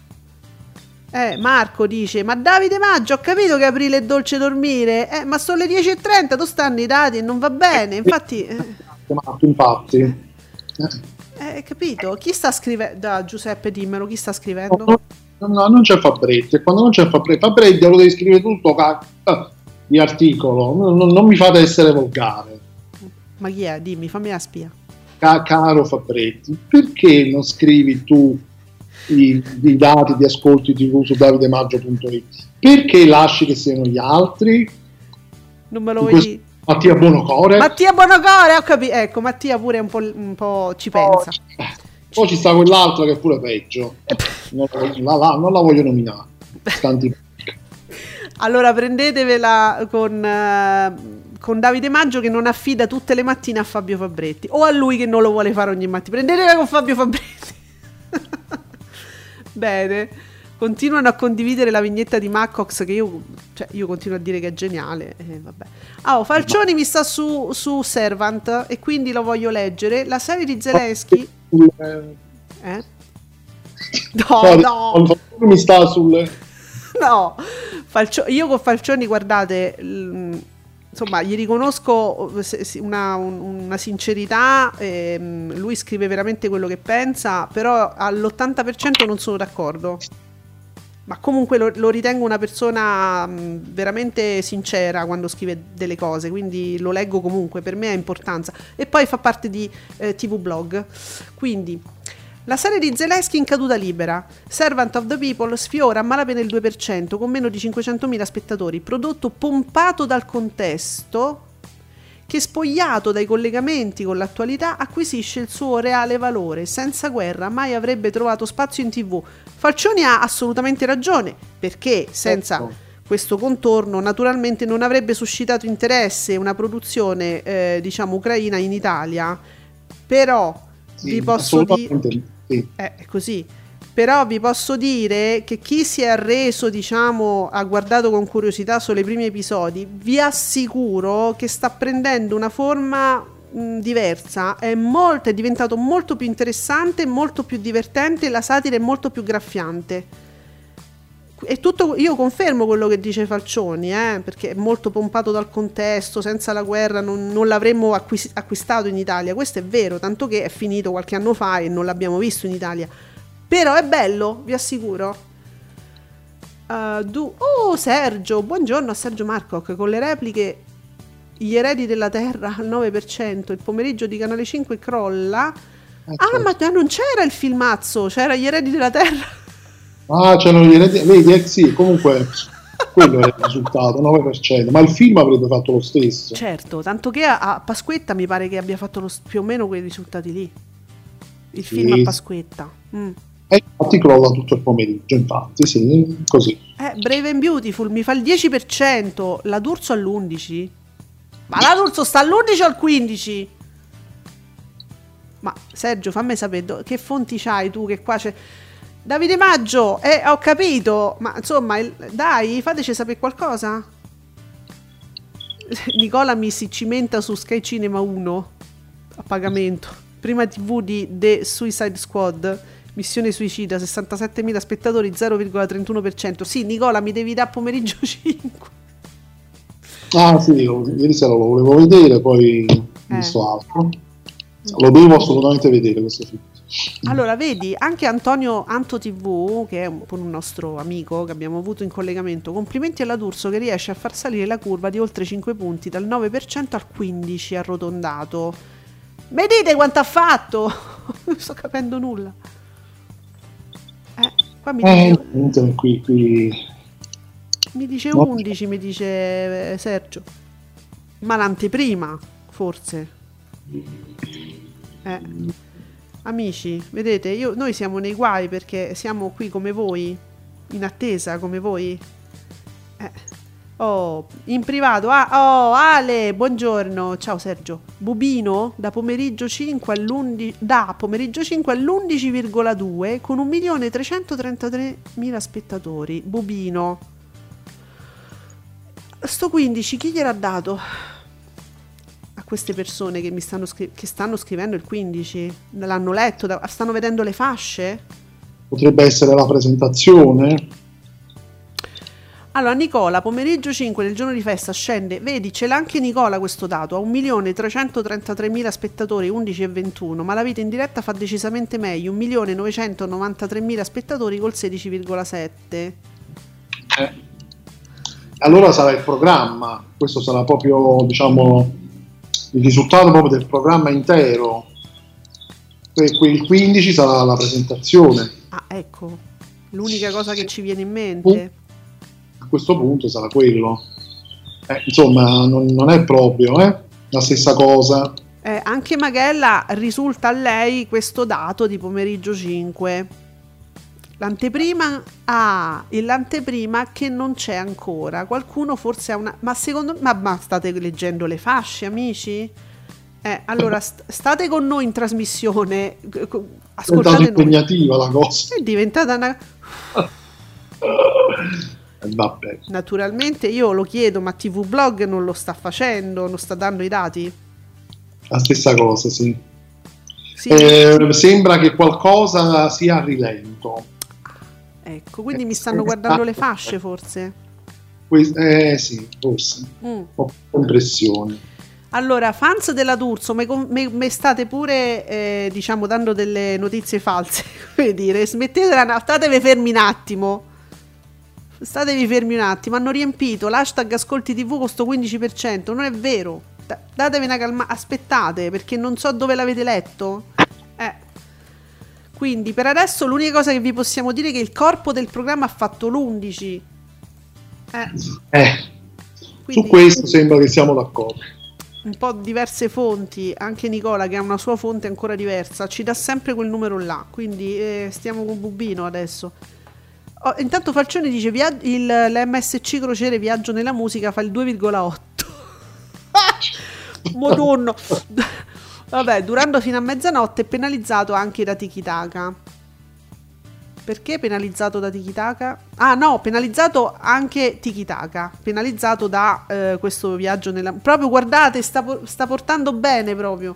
Eh, Marco dice: ma Davide Maggio, ho capito che aprile è dolce dormire, eh, ma sono le dieci e trenta, tu stanno i dati e non va bene. Infatti, eh, infatti, eh, eh, capito? Chi sta scrivendo? Da Giuseppe, dimmelo, chi sta scrivendo? No, no, no, non c'è Fabretti. E quando non c'è Fabretti, Fabretti lo devi scrivere tutto c- di articolo. Non, non mi fate essere volgare. Ma chi è? Dimmi, fammi la spia. Ca- caro Fabretti, perché non scrivi tu i, i dati di ascolti tivù su davidemaggio punto it? Perché lasci che siano gli altri? Non me lo vuoi dire? Mattia Buonocore. Mattia Buonocore, ho capito. Ecco, Mattia pure un po', un po' ci pensa. Poi ci sta quell'altra che è pure peggio, non la, la, non la voglio nominare. Tanti... Allora prendetevela con, uh, con Davide Maggio che non affida tutte le mattine a Fabio Fabretti, o a lui che non lo vuole fare ogni mattina. Prendetela con Fabio Fabretti. Bene, continuano a condividere la vignetta di Maccox che io, cioè, io continuo a dire che è geniale. Eh, vabbè. Oh, Falcioni mi sta su, su Servant e quindi lo voglio leggere. La serie di Zelensky. Eh? No, no. Mi sta sul... No, Falcio- io con Falcioni, guardate, l- insomma, gli riconosco una, una sincerità, ehm, lui scrive veramente quello che pensa, però all'ottanta per cento non sono d'accordo. Ma comunque lo, lo ritengo una persona mh, veramente sincera quando scrive delle cose, quindi lo leggo comunque, per me ha importanza. E poi fa parte di eh, T V Blog. Quindi, la serie di Zelensky in caduta libera. Servant of the People sfiora a malapena il due per cento con meno di cinquecentomila spettatori. Prodotto pompato dal contesto che, spogliato dai collegamenti con l'attualità, acquisisce il suo reale valore. Senza guerra mai avrebbe trovato spazio in tv. Falcioni ha assolutamente ragione, perché senza questo contorno naturalmente non avrebbe suscitato interesse una produzione eh, diciamo ucraina in Italia. Però sì, vi posso dire sì. eh, è così. Però vi posso dire che chi si è arreso, diciamo, ha guardato con curiosità solo i primi episodi, vi assicuro che sta prendendo una forma mh, diversa, è molto, è diventato molto più interessante, molto più divertente, la satira è molto più graffiante. È tutto, io confermo quello che dice Falcioni, eh, perché è molto pompato dal contesto, senza la guerra non, non l'avremmo acquis- acquistato in Italia, questo è vero, tanto che è finito qualche anno fa e non l'abbiamo visto in Italia. Però è bello, vi assicuro. Uh, du- oh, Sergio, buongiorno a Sergio Marcoc con le repliche. Gli eredi della terra al nove per cento. Il pomeriggio di Canale cinque crolla. Eh, ah, certo. Ma non c'era il filmazzo, c'era gli eredi della terra. Ah, c'erano gli eredi. Vedi, eh, sì, comunque quello è il risultato, nove per cento. Ma il film avrebbe fatto lo stesso. Certo, tanto che a, a Pasquetta mi pare che abbia fatto lo, più o meno quei risultati lì. Il sì. film a Pasquetta. Mm. E infatti crolla tutto il pomeriggio, infatti, sì, così. Eh, Brave and Beautiful mi fa il dieci per cento, la D'Urso all'undici. Ma la D'Urso sta all'undici o al quindici? Ma Sergio, fammi sapere che fonti c'hai tu, che qua c'è Davide Maggio, eh, ho capito, ma insomma, il, dai, fateci sapere qualcosa. Nicola mi si cimenta su Sky Cinema uno a pagamento. Prima tivù di The Suicide Squad. Missione suicida, sessantasettemila spettatori, zero virgola trentuno per cento. Sì, Nicola, mi devi dare pomeriggio cinque. Ah sì, ieri sera lo volevo vedere, poi ho eh. visto altro. Lo devo assolutamente vedere questo film. Allora, vedi, anche Antonio Anto tivù, che è un, un nostro amico che abbiamo avuto in collegamento, complimenti alla D'Urso che riesce a far salire la curva di oltre cinque punti, dal nove per cento al quindici per cento arrotondato. Vedete quanto ha fatto? Non sto capendo nulla. Eh, qua mi eh, dice, qui, qui. mi dice undici, mi dice Sergio. Ma l'anteprima, forse. Eh. Amici, vedete, io, noi siamo nei guai perché siamo qui come voi, in attesa come voi. Eh. Oh, in privato. Ah, oh, Ale, buongiorno. Ciao Sergio. Bubino da pomeriggio cinque all'undici da pomeriggio cinque all'undici virgola due con un milione trecentotrentatremila spettatori. Bubino. Sto quindici chi gliel'ha dato? A queste persone che mi stanno scri- che stanno scrivendo il quindici? L'hanno letto? Da- stanno vedendo le fasce? Potrebbe essere la presentazione. Allora Nicola, pomeriggio cinque del giorno di festa scende, vedi ce l'ha anche Nicola questo dato, a un milione trecentotrentatremila spettatori, undici e ventuno, ma la vita in diretta fa decisamente meglio, un milione novecentonovantatremila spettatori col sedici virgola sette. Eh. Allora sarà il programma, questo sarà proprio, diciamo, il risultato proprio del programma intero, il quindici sarà la presentazione. Ah, ecco, l'unica cosa che ci viene in mente. A questo punto sarà quello. Eh, insomma, non, non è proprio eh, la stessa cosa. È Eh, anche Magella risulta a lei questo dato di pomeriggio cinque. L'anteprima, ah, e l'anteprima che non c'è ancora. Qualcuno forse ha una, ma secondo me, ma, ma state leggendo le fasce, amici? Eh, allora st- state con noi in trasmissione, ascoltate noi. È impegnativa la cosa. È diventata una... Vabbè. Naturalmente io lo chiedo, ma T V Blog non lo sta facendo, non sta dando i dati? La stessa cosa, sì. Sì. Eh, sembra che qualcosa sia a rilento. Ecco, quindi mi stanno guardando le fasce forse? Eh sì, forse. Mm. Ho impressioni. Allora, fans della D'Urso, mi state pure eh, diciamo dando delle notizie false, come dire, smettetela, statevi fermi un attimo. Statevi fermi un attimo, hanno riempito l'hashtag Ascolti tivù con sto quindici per cento, non è vero. D- datevi una calma, aspettate, perché non so dove l'avete letto. Eh. Quindi per adesso l'unica cosa che vi possiamo dire è che il corpo del programma ha fatto l'undici. Eh. eh. Quindi, su questo sembra che siamo d'accordo. Un po' diverse fonti, anche Nicola che ha una sua fonte ancora diversa, ci dà sempre quel numero là, quindi eh, stiamo con Bubino adesso. Oh, intanto Falcioni dice via- il, l'M S C Crociere Viaggio nella Musica fa il due virgola otto. Madonna. Vabbè, durando fino a mezzanotte è penalizzato anche da Tiki Taka. Perché penalizzato da Tiki Taka? Ah no, penalizzato anche Tiki Taka, penalizzato da eh, questo viaggio nella... Proprio guardate, sta, sta portando bene proprio.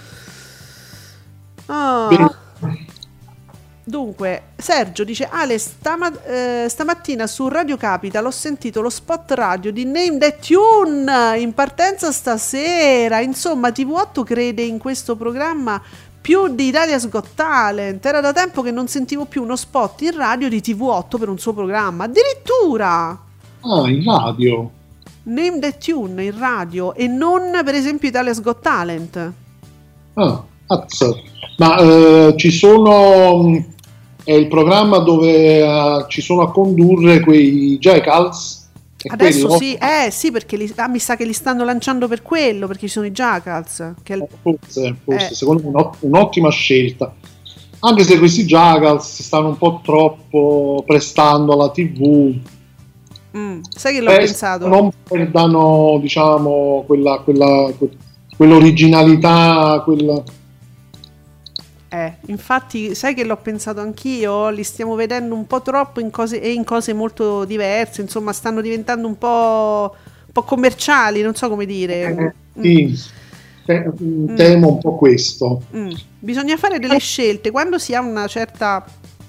Ah. Dunque, Sergio dice Ale, stama- eh, stamattina su Radio Capital ho sentito lo spot radio di Name That Tune in partenza stasera. Insomma, T V otto crede in questo programma più di Italia's Got Talent. Era da tempo che non sentivo più uno spot in radio di T V otto per un suo programma. Addirittura! Ah, in radio? Name That Tune in radio e non per esempio Italia's Got Talent. Ah, azza. Ma eh, ci sono... È il programma dove uh, ci sono a condurre quei Jackals. Adesso quello? sì, eh sì, perché li, ah, mi sa che li stanno lanciando per quello, perché ci sono i Jackals. Che è il... Forse, forse eh. secondo me un'ot- un'ottima scelta. Anche se questi Jackals si stanno un po' troppo prestando alla tivù. Mm, sai che l'ho eh, pensato? Non perdano, diciamo, quella, quella, quell'originalità, quella... Eh, infatti, sai che l'ho pensato anch'io, li stiamo vedendo un po' troppo in cose, e in cose molto diverse, insomma, stanno diventando un po', un po' commerciali, non so come dire. Eh, sì, mm. temo un po' questo. Mm. Bisogna fare delle scelte, quando si ha una certa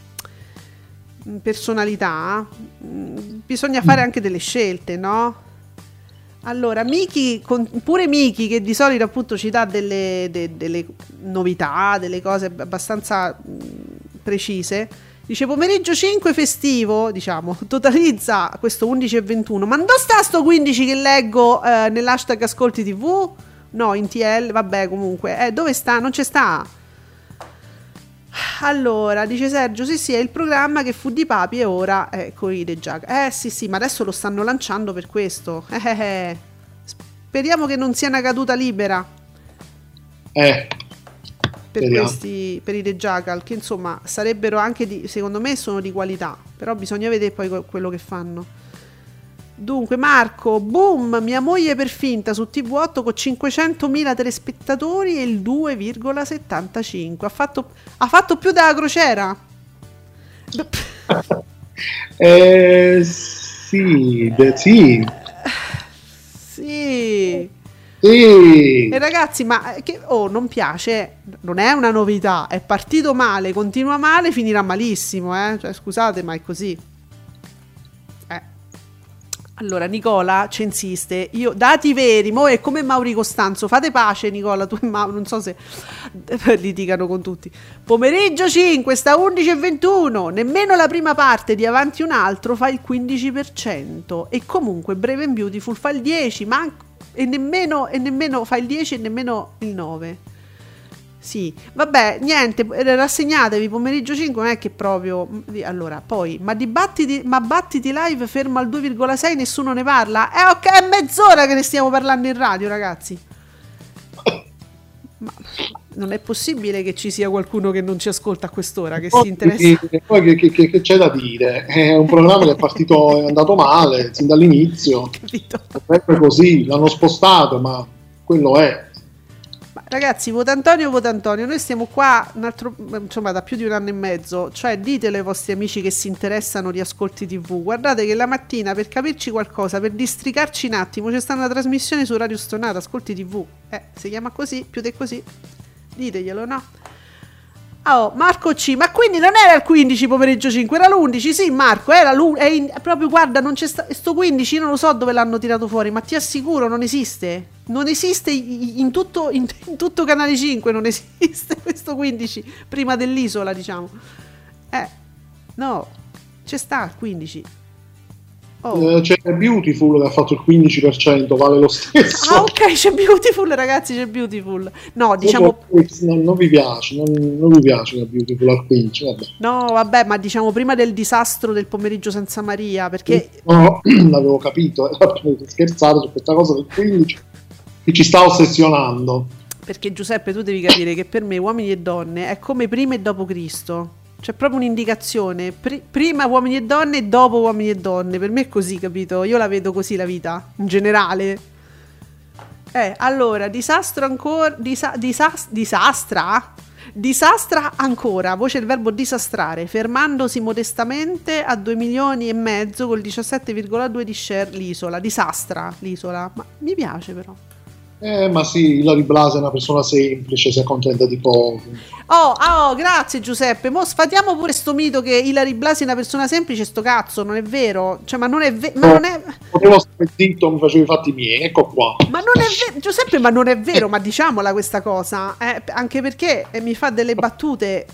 personalità, bisogna fare anche delle scelte, no? Allora, Miki, pure Miki, che di solito appunto ci dà delle, de, delle novità, delle cose abbastanza mh, precise, dice pomeriggio cinque festivo, diciamo, totalizza questo undici e ventuno. Ma dove sta sto quindici che leggo eh, nell'hashtag Ascolti tivù? No, in T L, vabbè comunque, eh, dove sta? Non c'è sta. Allora, dice Sergio, sì sì, è il programma che fu di Papi e ora è coi De Giaca. Eh sì sì, ma adesso lo stanno lanciando per questo. Eh, eh, eh. Speriamo che non sia una caduta libera. Eh. Per speriamo. questi, per i De Jackal, che insomma sarebbero anche di, secondo me sono di qualità, però bisogna vedere poi quello che fanno. Dunque Marco, boom, mia moglie per finta su T V otto con cinquecentomila telespettatori e il due virgola settantacinque. Ha fatto, ha fatto più della crociera? Eh, sì, beh, sì. Sì. Sì. E ragazzi, ma che oh, non piace, non è una novità, è partito male, continua male, finirà malissimo, eh? Cioè, scusate, ma è così. Allora Nicola ci insiste, io dati veri, mo è come Mauri Costanzo, fate pace Nicola, tu e Mauro, non so se litigano con tutti. Pomeriggio cinque, sta undici e ventuno, nemmeno la prima parte di Avanti un altro fa il quindici per cento e comunque Brave and Beautiful fa il dieci, ma e nemmeno, e nemmeno fa il dieci e nemmeno il nove. Sì, vabbè, niente, rassegnatevi, pomeriggio cinque non è che proprio... Allora, poi, ma di battiti, ma battiti live fermo al due virgola sei, nessuno ne parla? Eh, ok, è mezz'ora che ne stiamo parlando in radio, ragazzi. Ma non è possibile che ci sia qualcuno che non ci ascolta a quest'ora, che poi, si interessa. Che, poi che, che, che c'è da dire? È un programma che è partito, è andato male sin dall'inizio. Capito? È sempre così, l'hanno spostato, ma quello è. Ma ragazzi, vota Antonio, vota Antonio. Noi stiamo qua un altro, insomma, da più di un anno e mezzo. Cioè, ditelo ai vostri amici che si interessano di Ascolti tivù. Guardate che la mattina, per capirci qualcosa, per districarci un attimo, c'è stata una trasmissione su Radio Stonata, Ascolti tivù. Eh, si chiama così, più di così. Diteglielo, no? Oh, Marco C, ma quindi non era il quindici pomeriggio cinque, era l'undici? Sì, Marco, era l'undici, proprio, guarda, non c'è sta, sto quindici, io non lo so dove l'hanno tirato fuori, ma ti assicuro non esiste, non esiste in tutto, in, in tutto Canale cinque, non esiste questo quindici, prima dell'Isola, diciamo. Eh, no, c'è sta il quindici. Oh. Eh, c'è Beautiful che ha fatto il quindici per cento, vale lo stesso. Ah, ok, c'è Beautiful, ragazzi, c'è Beautiful. No, diciamo non, non vi piace, non, non vi piace la Beautiful al quindici, vabbè. No, vabbè, ma diciamo prima del disastro del pomeriggio senza Maria, perché no, l'avevo capito, eh, scherzare su questa cosa del quindici che ci sta ossessionando. Perché Giuseppe, tu devi capire che per me Uomini e Donne è come prima e dopo Cristo. C'è proprio un'indicazione, Pri- prima uomini e donne e dopo uomini e donne, per me è così, capito? Io la vedo così la vita, in generale. Eh, allora, disastro ancora, disa- disas- disastra? Disastra ancora, voce il verbo disastrare, fermandosi modestamente a due milioni e mezzo col diciassette virgola due di share l'Isola, disastra l'Isola, ma mi piace però. Eh, ma sì, Ilary Blasi è una persona semplice, si accontenta di poco. Oh, oh, grazie Giuseppe. Mo sfatiamo pure sto mito che Ilary Blasi è una persona semplice, sto cazzo, non è vero. Cioè, ma non è vero. Ma non è. Potevo stare zitto, mi facevo i fatti miei, ecco qua. Ma non è vero, Giuseppe, ma non è vero, ma diciamola questa cosa. Eh, anche perché eh, mi fa delle battute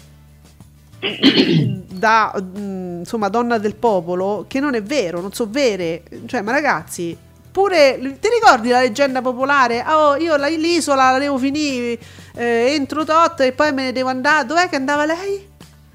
da mh, insomma, donna del popolo, che non è vero, non so vere. Cioè, ma ragazzi. Pure, ti ricordi la leggenda popolare? Oh, io la, l'isola la devo finire eh, entro tot e poi me ne devo andare. Dov'è che andava lei?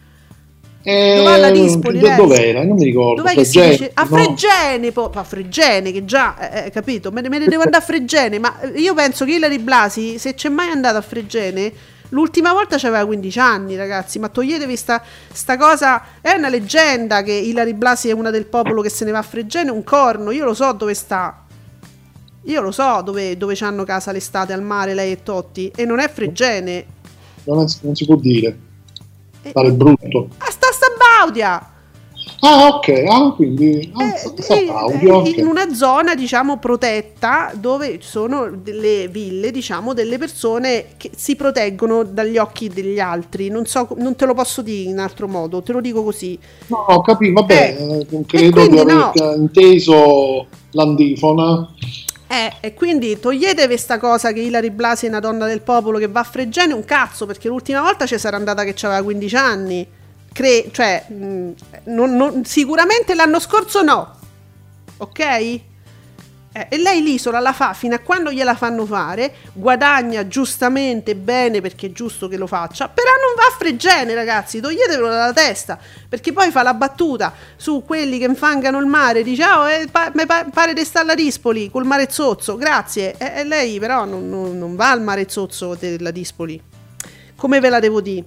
Eh, Dov'è la Dispoli? Do, dov'era? Non mi ricordo. Dov'è Fregene, che si dice? A Fregene, no. po- a Fregene, che già, eh, capito? Me ne, me ne devo andare a Fregene. Ma io penso che Ilary Blasi, se c'è mai andato a Fregene, l'ultima volta c'aveva quindici anni, ragazzi. Ma toglietevi sta, sta cosa. È una leggenda che Ilary Blasi è una del popolo che se ne va a Fregene, un corno. Io lo so dove sta. Io lo so dove, dove c'hanno casa l'estate al mare lei e Totti, e non è Fregene. Non, è, non si può dire. Pare brutto. Ah, sta sta Baudia. Ah, ok, ah, quindi ah, eh, sta eh, Baudia, in okay. una zona, diciamo, protetta, dove ci sono delle ville, diciamo, delle persone che si proteggono dagli occhi degli altri. Non so, non te lo posso dire in altro modo, te lo dico così. No, ho capito, vabbè, eh, eh, credo di aver no. inteso l'antifona. Eh, e quindi toglietevi questa cosa che Ilary Blasi è una donna del popolo che va a Fregene, un cazzo, perché l'ultima volta ci sarà andata che aveva quindici anni. Cre- cioè, mh, non, non, sicuramente l'anno scorso no, ok? Eh, e lei l'isola la fa fino a quando gliela fanno fare, guadagna giustamente bene perché è giusto che lo faccia, però non va a Fregene, ragazzi, toglietevelo dalla testa, perché poi fa la battuta su quelli che infangano il mare, dice oh, eh, pa- mi pa- pare di stare alla Dispoli col mare Zozzo, grazie, e, e lei però non, non, non va al mare Zozzo della Dispoli, come ve la devo dire?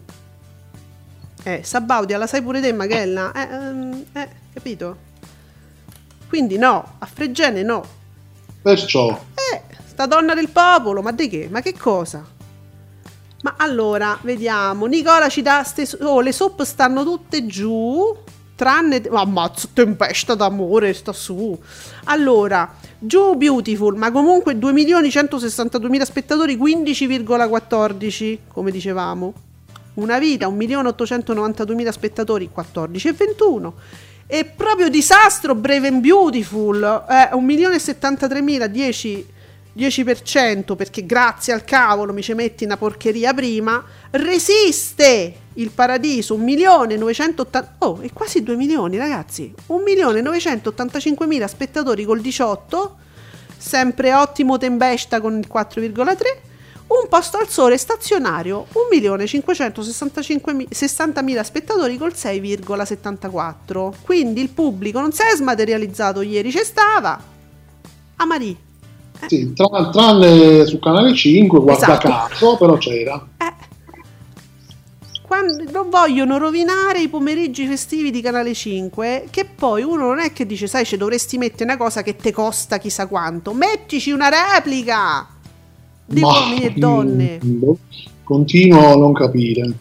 Eh, Sabaudia, la sai pure te, Magella? Eh, um, eh, capito? Quindi no, a Fregene no. Perciò. Eh, sta donna del popolo, ma di che? Ma che cosa? Ma allora, vediamo. Nicola ci dà ste... Oh, le soap stanno tutte giù, tranne... Oh, ammazza, tempesta d'amore, sta su. Allora, giù Beautiful, ma comunque due milioni centosessantaduemila spettatori, quindici virgola quattordici, come dicevamo. Una vita, un milione ottocentonovantaduemila spettatori, quattordici virgola ventuno. E proprio disastro Brave and Beautiful, eh, un milione e settantatremila, dieci per cento, perché grazie al cavolo mi ci metti una porcheria prima. Resiste Il Paradiso, un milione novecentottanta, oh, è quasi due milioni, ragazzi, un milione novecentottantacinquemila spettatori col diciotto, sempre Ottimo Tempesta con il quattro virgola tre. Un Posto al Sole stazionario, un milione cinquecentosessantamila spettatori col sei virgola settantaquattro. Quindi il pubblico non si è smaterializzato ieri, c'è stava. A Marie. Sì, tra, tranne su Canale cinque, guarda Esatto. caso, però c'era. Eh. Quando, non vogliono rovinare i pomeriggi festivi di Canale cinque, che poi uno non è che dice, sai, ci dovresti mettere una cosa che te costa chissà quanto, mettici una replica di Ma- uomini e donne. mm, Continuo a non capire.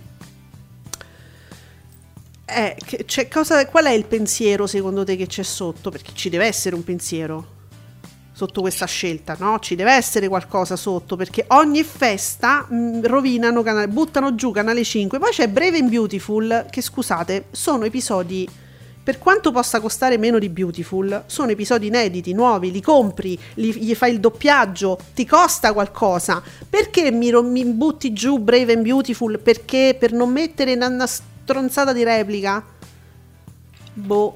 Eh, che- c'è cosa, qual è il pensiero secondo te che c'è sotto? Perché ci deve essere un pensiero sotto questa scelta, no? Ci deve essere qualcosa sotto, perché ogni festa mh, rovinano, canale, buttano giù Canale cinque. Poi c'è Brave and Beautiful, che scusate, sono episodi, per quanto possa costare meno di Beautiful, sono episodi inediti, nuovi, li compri, li- gli fai il doppiaggio, ti costa qualcosa. Perché mi, ro- mi butti giù Brave and Beautiful? Perché? Per non mettere una, una stronzata di replica? Boh.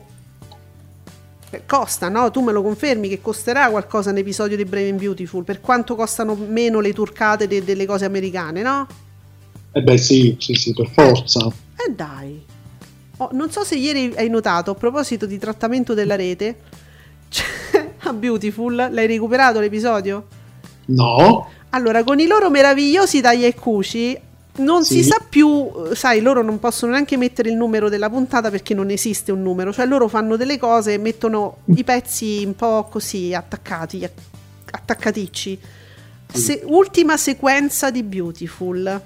Eh, Costa, no? Tu me lo confermi che costerà qualcosa un episodio di Brave and Beautiful, per quanto costano meno le turcate de- delle cose americane, no? Eh beh sì, sì, sì, per forza. E dai. Oh, non so se ieri hai notato, a proposito di trattamento della rete, c'è- a Beautiful, l'hai recuperato l'episodio? No? Allora, con i loro meravigliosi taglia e cuci non Sì. si sa più, sai, loro non possono neanche mettere il numero della puntata perché non esiste un numero, cioè loro fanno delle cose e mettono i pezzi un po' così attaccati, attaccaticci. Se- ultima sequenza di Beautiful.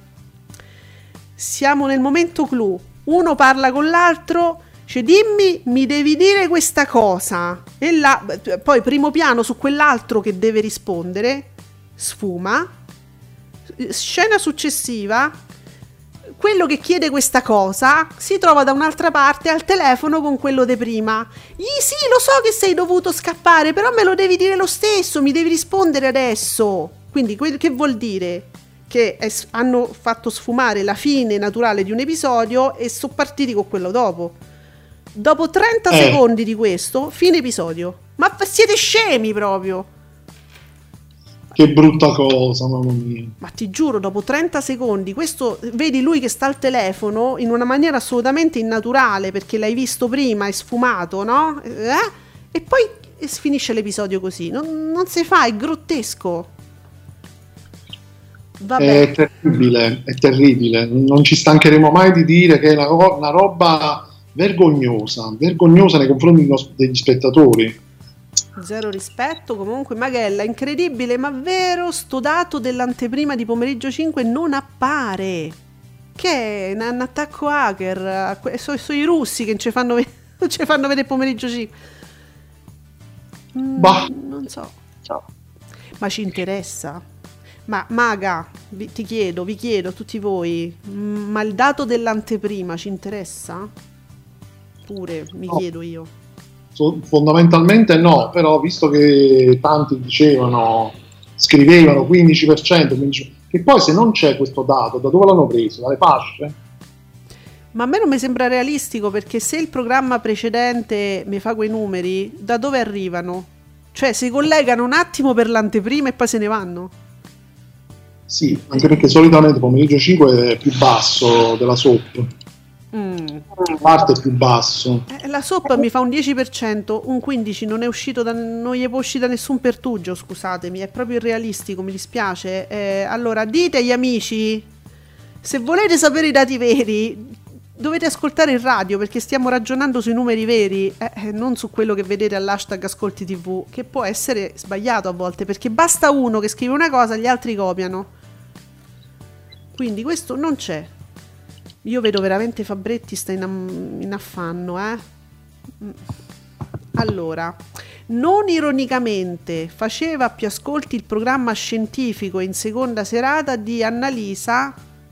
Siamo nel momento clou. Uno parla con l'altro, dice dimmi, mi devi dire questa cosa. E là, poi primo piano su quell'altro che deve rispondere, sfuma. Scena successiva, quello che chiede questa cosa si trova da un'altra parte al telefono con quello di prima. Gli sì, lo so che sei dovuto scappare, però me lo devi dire lo stesso, mi devi rispondere adesso. Quindi quel che vuol dire? Che è, hanno fatto sfumare la fine naturale di un episodio e sono partiti con quello dopo. Dopo trenta Eh. secondi di questo, fine episodio. Ma f- siete scemi proprio! Che brutta cosa, mamma mia. Ma ti giuro, dopo trenta secondi, questo vedi lui che sta al telefono in una maniera assolutamente innaturale perché l'hai visto prima, è sfumato, no? Eh? E poi finisce l'episodio così. Non, non si fa, è grottesco. Vabbè. È terribile, è terribile. Non ci stancheremo mai di dire che è una, ro- una roba vergognosa, vergognosa nei confronti dei nos- degli spettatori. Zero rispetto, comunque Maghella, incredibile ma vero, sto dato dell'anteprima di pomeriggio cinque non appare. Che è un, un attacco hacker, sono so i russi che non ci fanno, ve- non ci fanno vedere pomeriggio cinque. Mm, Bah. non so. Ma ci interessa? Ma Maga, vi- ti chiedo, vi chiedo a tutti voi, mm, ma il dato dell'anteprima ci interessa? Pure, mi No. chiedo io. So- fondamentalmente no, però visto che tanti dicevano, scrivevano quindici per cento, quindici che poi se non c'è questo dato, da dove l'hanno preso? Dalle fasce? Ma a me non mi sembra realistico perché se il programma precedente mi fa quei numeri, da dove arrivano? Cioè si collegano un attimo per l'anteprima e poi se ne vanno? Sì, anche perché solitamente pomeriggio cinque è più basso della soap, Mm. parte è più basso. Eh, la soppa mi fa un dieci per cento, un quindici per cento non è uscito da, non gli può uscire da nessun pertugio, scusatemi, è proprio irrealistico, mi dispiace. Eh, allora, dite agli amici, se volete sapere i dati veri, dovete ascoltare il radio perché stiamo ragionando sui numeri veri, eh, eh, non su quello che vedete all'hashtag Ascolti tivù, che può essere sbagliato a volte, perché basta uno che scrive una cosa, gli altri copiano. Quindi questo non c'è. Io vedo veramente Fabretti sta in, am- in affanno, eh. Mm. Allora, non ironicamente faceva più ascolti il programma scientifico in seconda serata di Annalisa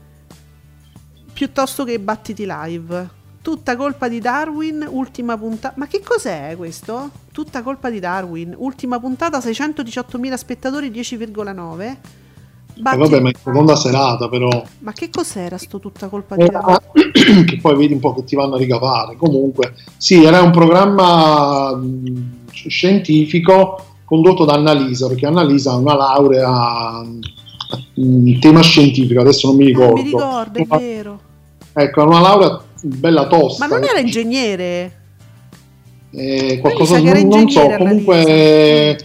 piuttosto che Battiti Live. Tutta colpa di Darwin, ultima puntata. Ma che cos'è questo? Tutta colpa di Darwin, ultima puntata, seicentodiciottomila spettatori, dieci virgola nove. E Batti- vabbè, ma in seconda serata però, Ma che cos'era sto tutta colpa di era- Darwin? che poi vedi un po' che ti vanno a ricavare. Comunque, sì, era un programma mh, scientifico condotto da Annalisa, perché Annalisa ha una laurea in tema scientifico, adesso non mi Eh, ricordo. mi ricordo, è Ma- vero. Ecco, ha una laurea bella tosta. Ma non era ingegnere? Eh, qualcosa Annalisa che era non, non so, ingegnere, comunque Annalisa.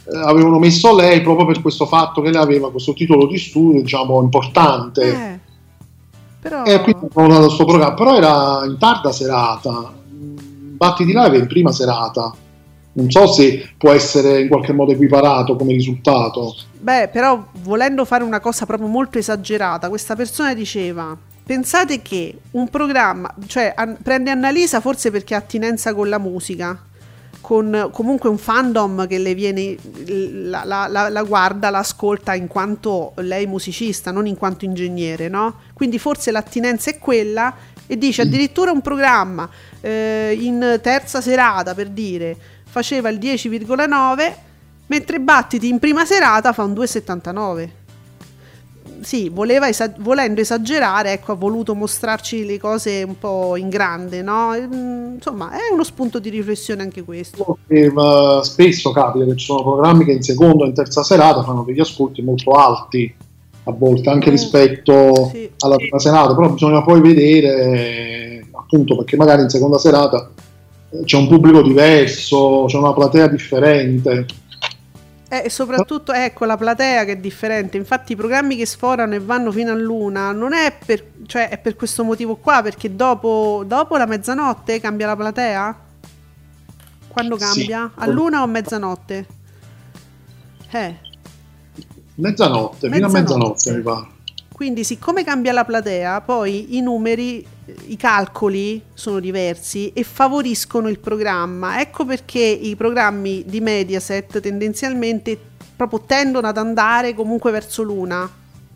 eh, avevano messo lei proprio per questo fatto che lei aveva questo titolo di studio, diciamo, importante. Eh, però... E quindi hanno dato questo programma, però era in tarda serata, Battiti live in prima serata. Non so se può essere in qualche modo equiparato come risultato. Beh, però volendo fare una cosa proprio molto esagerata, questa persona diceva: pensate che un programma, cioè an- prende Annalisa forse perché ha attinenza con la musica, con comunque un fandom che le viene, la, la, la, la guarda, la ascolta in quanto lei musicista, non in quanto ingegnere, no? Quindi forse l'attinenza è quella, e dice addirittura un programma eh, in terza serata, per dire, faceva il dieci virgola nove, mentre Battiti in prima serata fa un due virgola settantanove. Sì, voleva esa- volendo esagerare, ecco, ha voluto mostrarci le cose un po' in grande, no? Mm, insomma, è uno spunto di riflessione anche questo. E, uh, spesso capita che ci sono programmi che in seconda o in terza serata fanno degli ascolti molto alti, a volte anche Mm, rispetto sì. alla prima serata, però bisogna poi vedere, appunto, perché magari in seconda serata eh, c'è un pubblico diverso, c'è una platea differente. Eh, E soprattutto, ecco, la platea che è differente. Infatti i programmi che sforano e vanno fino all'una non è per, cioè, è per questo motivo qua, perché dopo, dopo la mezzanotte cambia la platea? Quando cambia? Sì. All'una o a mezzanotte? Eh, Mezzanotte, fino a Mezzanotte. mezzanotte mi pare. quindi siccome cambia la platea, poi i numeri, i calcoli sono diversi e favoriscono il programma. Ecco perché i programmi di Mediaset tendenzialmente proprio tendono ad andare comunque verso l'una.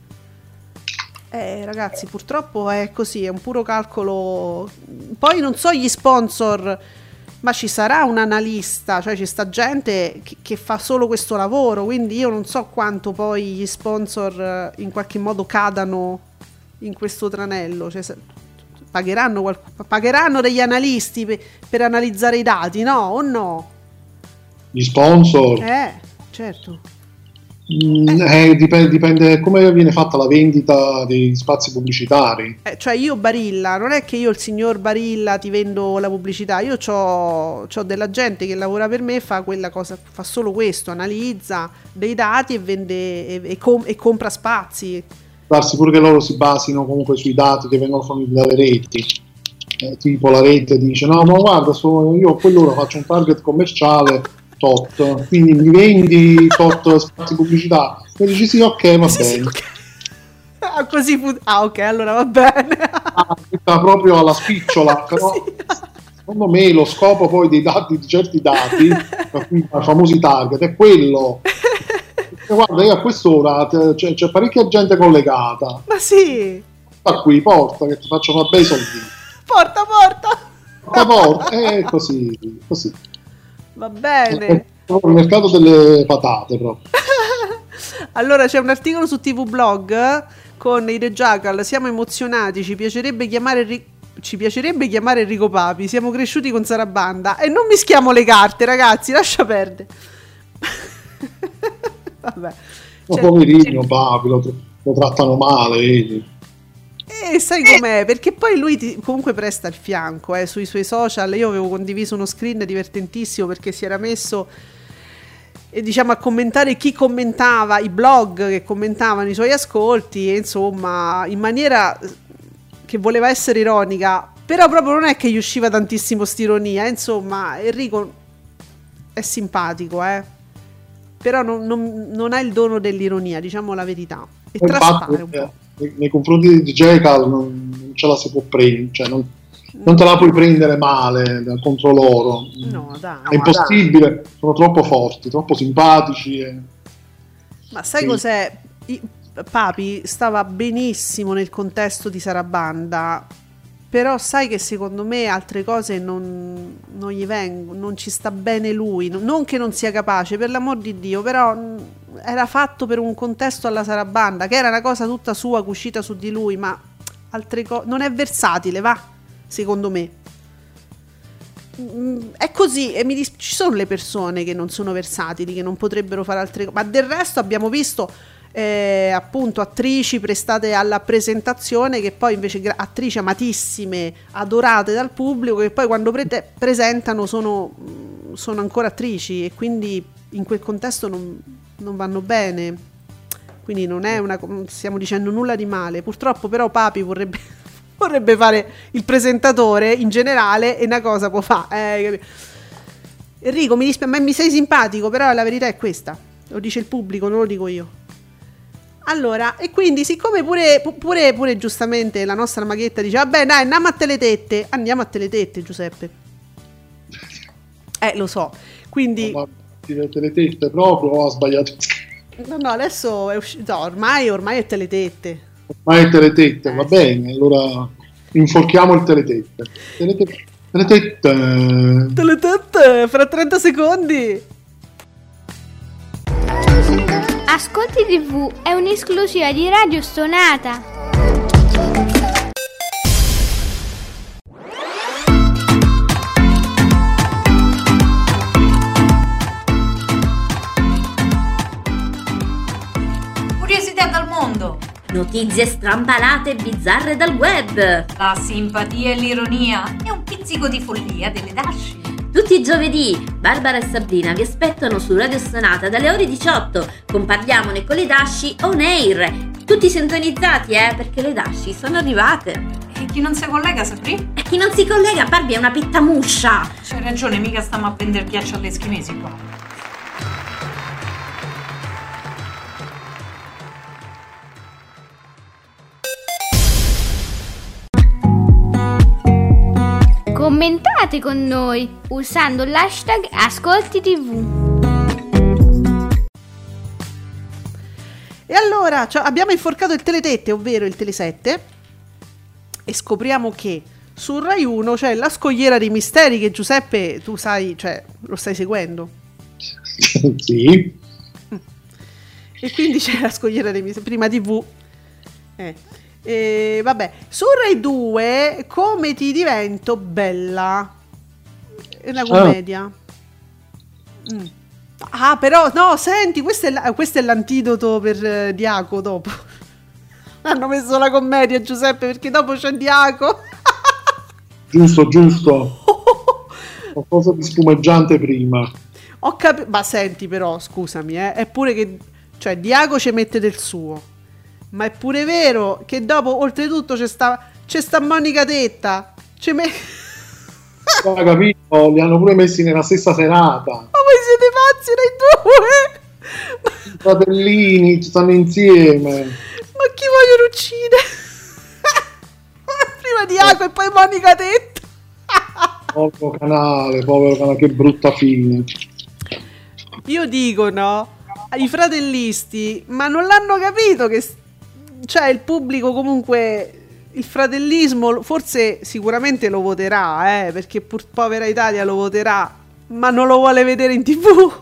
Eh ragazzi, purtroppo è così, è un puro calcolo. Poi non so gli sponsor, ma ci sarà un analista, cioè ci sta gente che, che fa solo questo lavoro, quindi io non so quanto poi gli sponsor eh, in qualche modo cadano in questo tranello, cioè, se- pagheranno, qual- pagheranno degli analisti pe- per analizzare i dati, no? O no? Gli sponsor, Eh, certo. mm, eh, dipende, dipende come viene fatta la vendita dei spazi pubblicitari. Eh, cioè io Barilla, non è che io il signor Barilla ti vendo la pubblicità, io c'ho, c'ho della gente che lavora per me, fa quella cosa, fa solo questo, analizza dei dati e vende e, e com- e compra spazi. Darsi pure che loro si basino comunque sui dati che vengono forniti dalle reti. Eh, tipo la rete dice: no, ma guarda, so, io a quell'ora faccio un target commerciale tot, quindi mi vendi tot spazi pubblicità. E dici sì, ok, va Sì, sì, bene. ok. Ah, così fu- ah, ok, allora va bene. Ah, sta proprio alla spicciola, però Sì. secondo me lo scopo poi dei dati, di certi dati, per cui i famosi target, è quello. E guarda, io a quest'ora t- c'è, c'è parecchia gente collegata. Ma sì, Sta qui, porta che ti faccio fare bei soldi. porta, porta. Porta, porta, è così, così. Va bene. È proprio il mercato delle patate proprio. Allora c'è un articolo su T V Blog con i The Jackal, siamo emozionati, ci piacerebbe chiamare Ri- ci piacerebbe chiamare Enrico Papi, siamo cresciuti con Sarabanda e non mischiamo le carte, ragazzi, lascia perdere. Vabbè. Ma Cioè, poverino Papi, lo, lo trattano male, vedi. E sai com'è? Perché poi lui ti, comunque presta il fianco eh, sui suoi social. Io avevo condiviso uno screen divertentissimo perché si era messo e diciamo a commentare chi commentava, i blog che commentavano i suoi ascolti, e insomma in maniera che voleva essere ironica, però proprio non è che gli usciva tantissimo st'ironia, insomma Enrico è simpatico, eh, però non, non, non ha il dono dell'ironia, diciamo la verità, e Infatti, traspare un po'. eh, nei, nei confronti di Jekyll non, non ce la si può prendere, cioè non, non te la puoi prendere male da- contro loro. No, dai. È impossibile, sono troppo forti, troppo simpatici. E... Ma sai Sì. cos'è? I- Papi stava benissimo nel contesto di Sarabanda, però sai che secondo me altre cose non, non gli vengono, non ci sta bene lui, non- non che non sia capace, per l'amor di Dio, però mh, era fatto per un contesto alla Sarabanda, che era una cosa tutta sua, cucita su di lui, ma altre cose, non è versatile, va, secondo me. Mm, È così, e mi dis- ci sono le persone che non sono versatili, che non potrebbero fare altre cose, ma del resto abbiamo visto eh, appunto attrici prestate alla presentazione che poi invece gra- attrici amatissime, adorate dal pubblico, che poi quando pre- presentano sono, sono ancora attrici, e quindi in quel contesto non, non vanno bene, quindi non è una, non stiamo dicendo nulla di male. Purtroppo però Papi vorrebbe, vorrebbe fare il presentatore in generale e una cosa può fare. Eh, Enrico, mi, disp- mi sei simpatico, però la verità è questa, lo dice il pubblico, non lo dico io. Allora, e quindi siccome pure, pure, pure giustamente la nostra maghetta dice vabbè dai, andiamo a Teletette, andiamo a Teletette Giuseppe. Eh, lo so, quindi... Ma Teletette proprio o ha sbagliato? No, no, adesso è uscito, no, ormai, ormai è Teletette. Ormai è Teletette, eh, va sì. bene, allora inforchiamo il Teletette. Teletette, Teletette. Teletette, fra trenta secondi. Ascolti tivù è un'esclusiva di Radio Stonata. Curiosità dal mondo. Notizie strampalate e bizzarre dal web. La simpatia e l'ironia e un pizzico di follia delle Dashi. Tutti i giovedì Barbara e Sabrina vi aspettano su Radio Stonata dalle ore diciotto con Parliamone con le Dashi on air. Tutti sintonizzati, eh, perché le Dashi sono arrivate. E chi non si collega, Sabri? E chi non si collega, Barbie, è una pittamuscia. C'hai ragione, mica stiamo a prendere ghiaccio alle eschimesi qua. Commentate con noi usando l'hashtag Ascolti tivù. E allora cioè, abbiamo inforcato il Teletette, ovvero il Telesette, e scopriamo che su Rai uno c'è la scogliera dei misteri che Giuseppe tu sai, cioè lo stai seguendo. Sì. E quindi c'è la scogliera dei misteri, prima tivù. Eh. E vabbè, su Rai due Come ti divento bella, è una commedia. Ah, mm. ah però no, senti, questo è, la, questo è l'antidoto per uh, Diaco. Dopo hanno messo la commedia, Giuseppe, perché dopo c'è Diaco. Giusto, giusto. Qualcosa di spumeggiante prima. Ho capito, ma senti però, scusami, eh, è pure che cioè Diaco ci mette del suo. Ma è pure vero che dopo, oltretutto, c'è sta, c'è sta Monica Tetta. C'è me... Ho capito, li hanno pure messi nella stessa serata. Ma voi siete pazzi, Rai due? I fratellini stanno insieme. Ma chi vogliono uccidere? Prima Diaco e poi Monica Tetta. Povero canale, povero canale, che brutta fine. Io dico, no? I fratellisti, ma non l'hanno capito che... Cioè il pubblico comunque il fratellismo forse sicuramente lo voterà, eh, perché pur povera Italia lo voterà, ma non lo vuole vedere in tivù.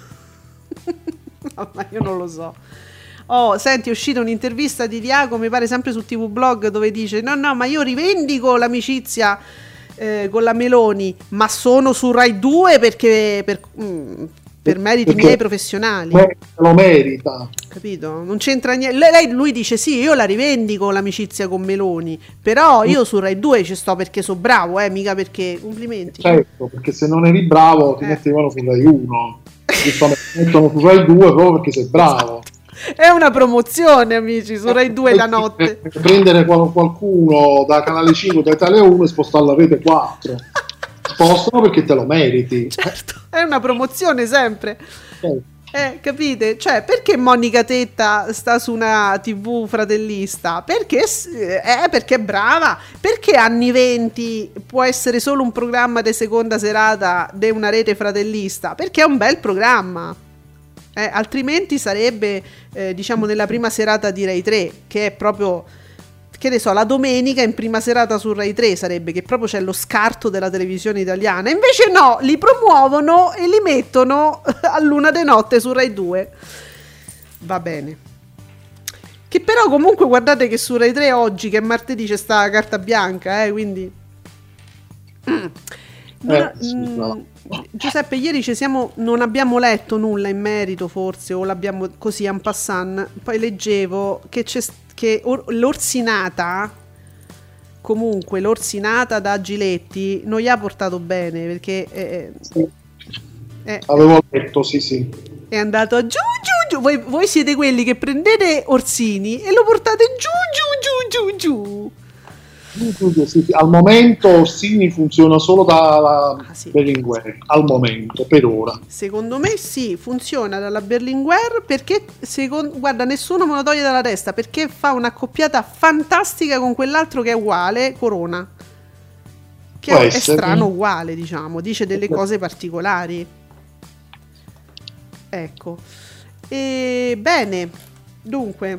No, ma io non lo so. Oh, senti, è uscita un'intervista di Diaco, mi pare sempre su tivù Blog, dove dice no no, ma io rivendico l'amicizia eh, con la Meloni, ma sono su Rai due perché per, mm, per meriti perché miei professionali. Lo merita. Capito? Non c'entra niente. Lei, lui dice sì, io la rivendico l'amicizia con Meloni, però io su Rai due ci sto perché so bravo, eh, mica perché complimenti. Certo, perché se non eri bravo ti eh. mettevano su Rai uno. Ti mettono su Rai due proprio perché sei bravo. È una promozione, amici, su Rai due la notte. Prendere qualcuno da Canale cinque, da Italia uno e spostarlo alla Rete quattro. Spostano perché te lo meriti. Certo, è una promozione sempre. Certo. Eh, capite? Cioè, perché Monica Tetta sta su una tivù fratellista? Perché, eh, perché è brava. Perché anni venti può essere solo un programma di seconda serata di una rete fratellista? Perché è un bel programma. Eh, altrimenti sarebbe, eh, diciamo, nella prima serata di Rai tre, che è proprio... che ne so, la domenica in prima serata su Rai tre sarebbe, che proprio c'è lo scarto della televisione italiana. Invece no, li promuovono e li mettono a luna di notte su Rai due. Va bene. Che però comunque guardate che su Rai tre oggi, che è martedì, c'è sta carta bianca, eh, quindi... Mm. Non, eh, sì, mh, no. Giuseppe, ieri ci siamo, non abbiamo letto nulla in merito, forse, o l'abbiamo così en passant. Poi leggevo che c'è che or, l'orsinata, comunque l'orsinata da Giletti non gli ha portato bene, perché eh, Eh, Avevo letto, sì, sì. È andato giù, giù, giù. Voi, voi siete quelli che prendete Orsini e lo portate giù, giù, giù, giù, giù. Sì, sì. Al momento Orsini funziona solo dalla Ah, sì. Berlinguer, al momento, per ora. Secondo me sì, funziona dalla Berlinguer perché, secondo, guarda, nessuno me lo toglie dalla testa perché fa un'accoppiata fantastica con quell'altro che è uguale, Corona. Che Può è essere. strano uguale, diciamo, dice delle cose particolari. Ecco. E bene, dunque,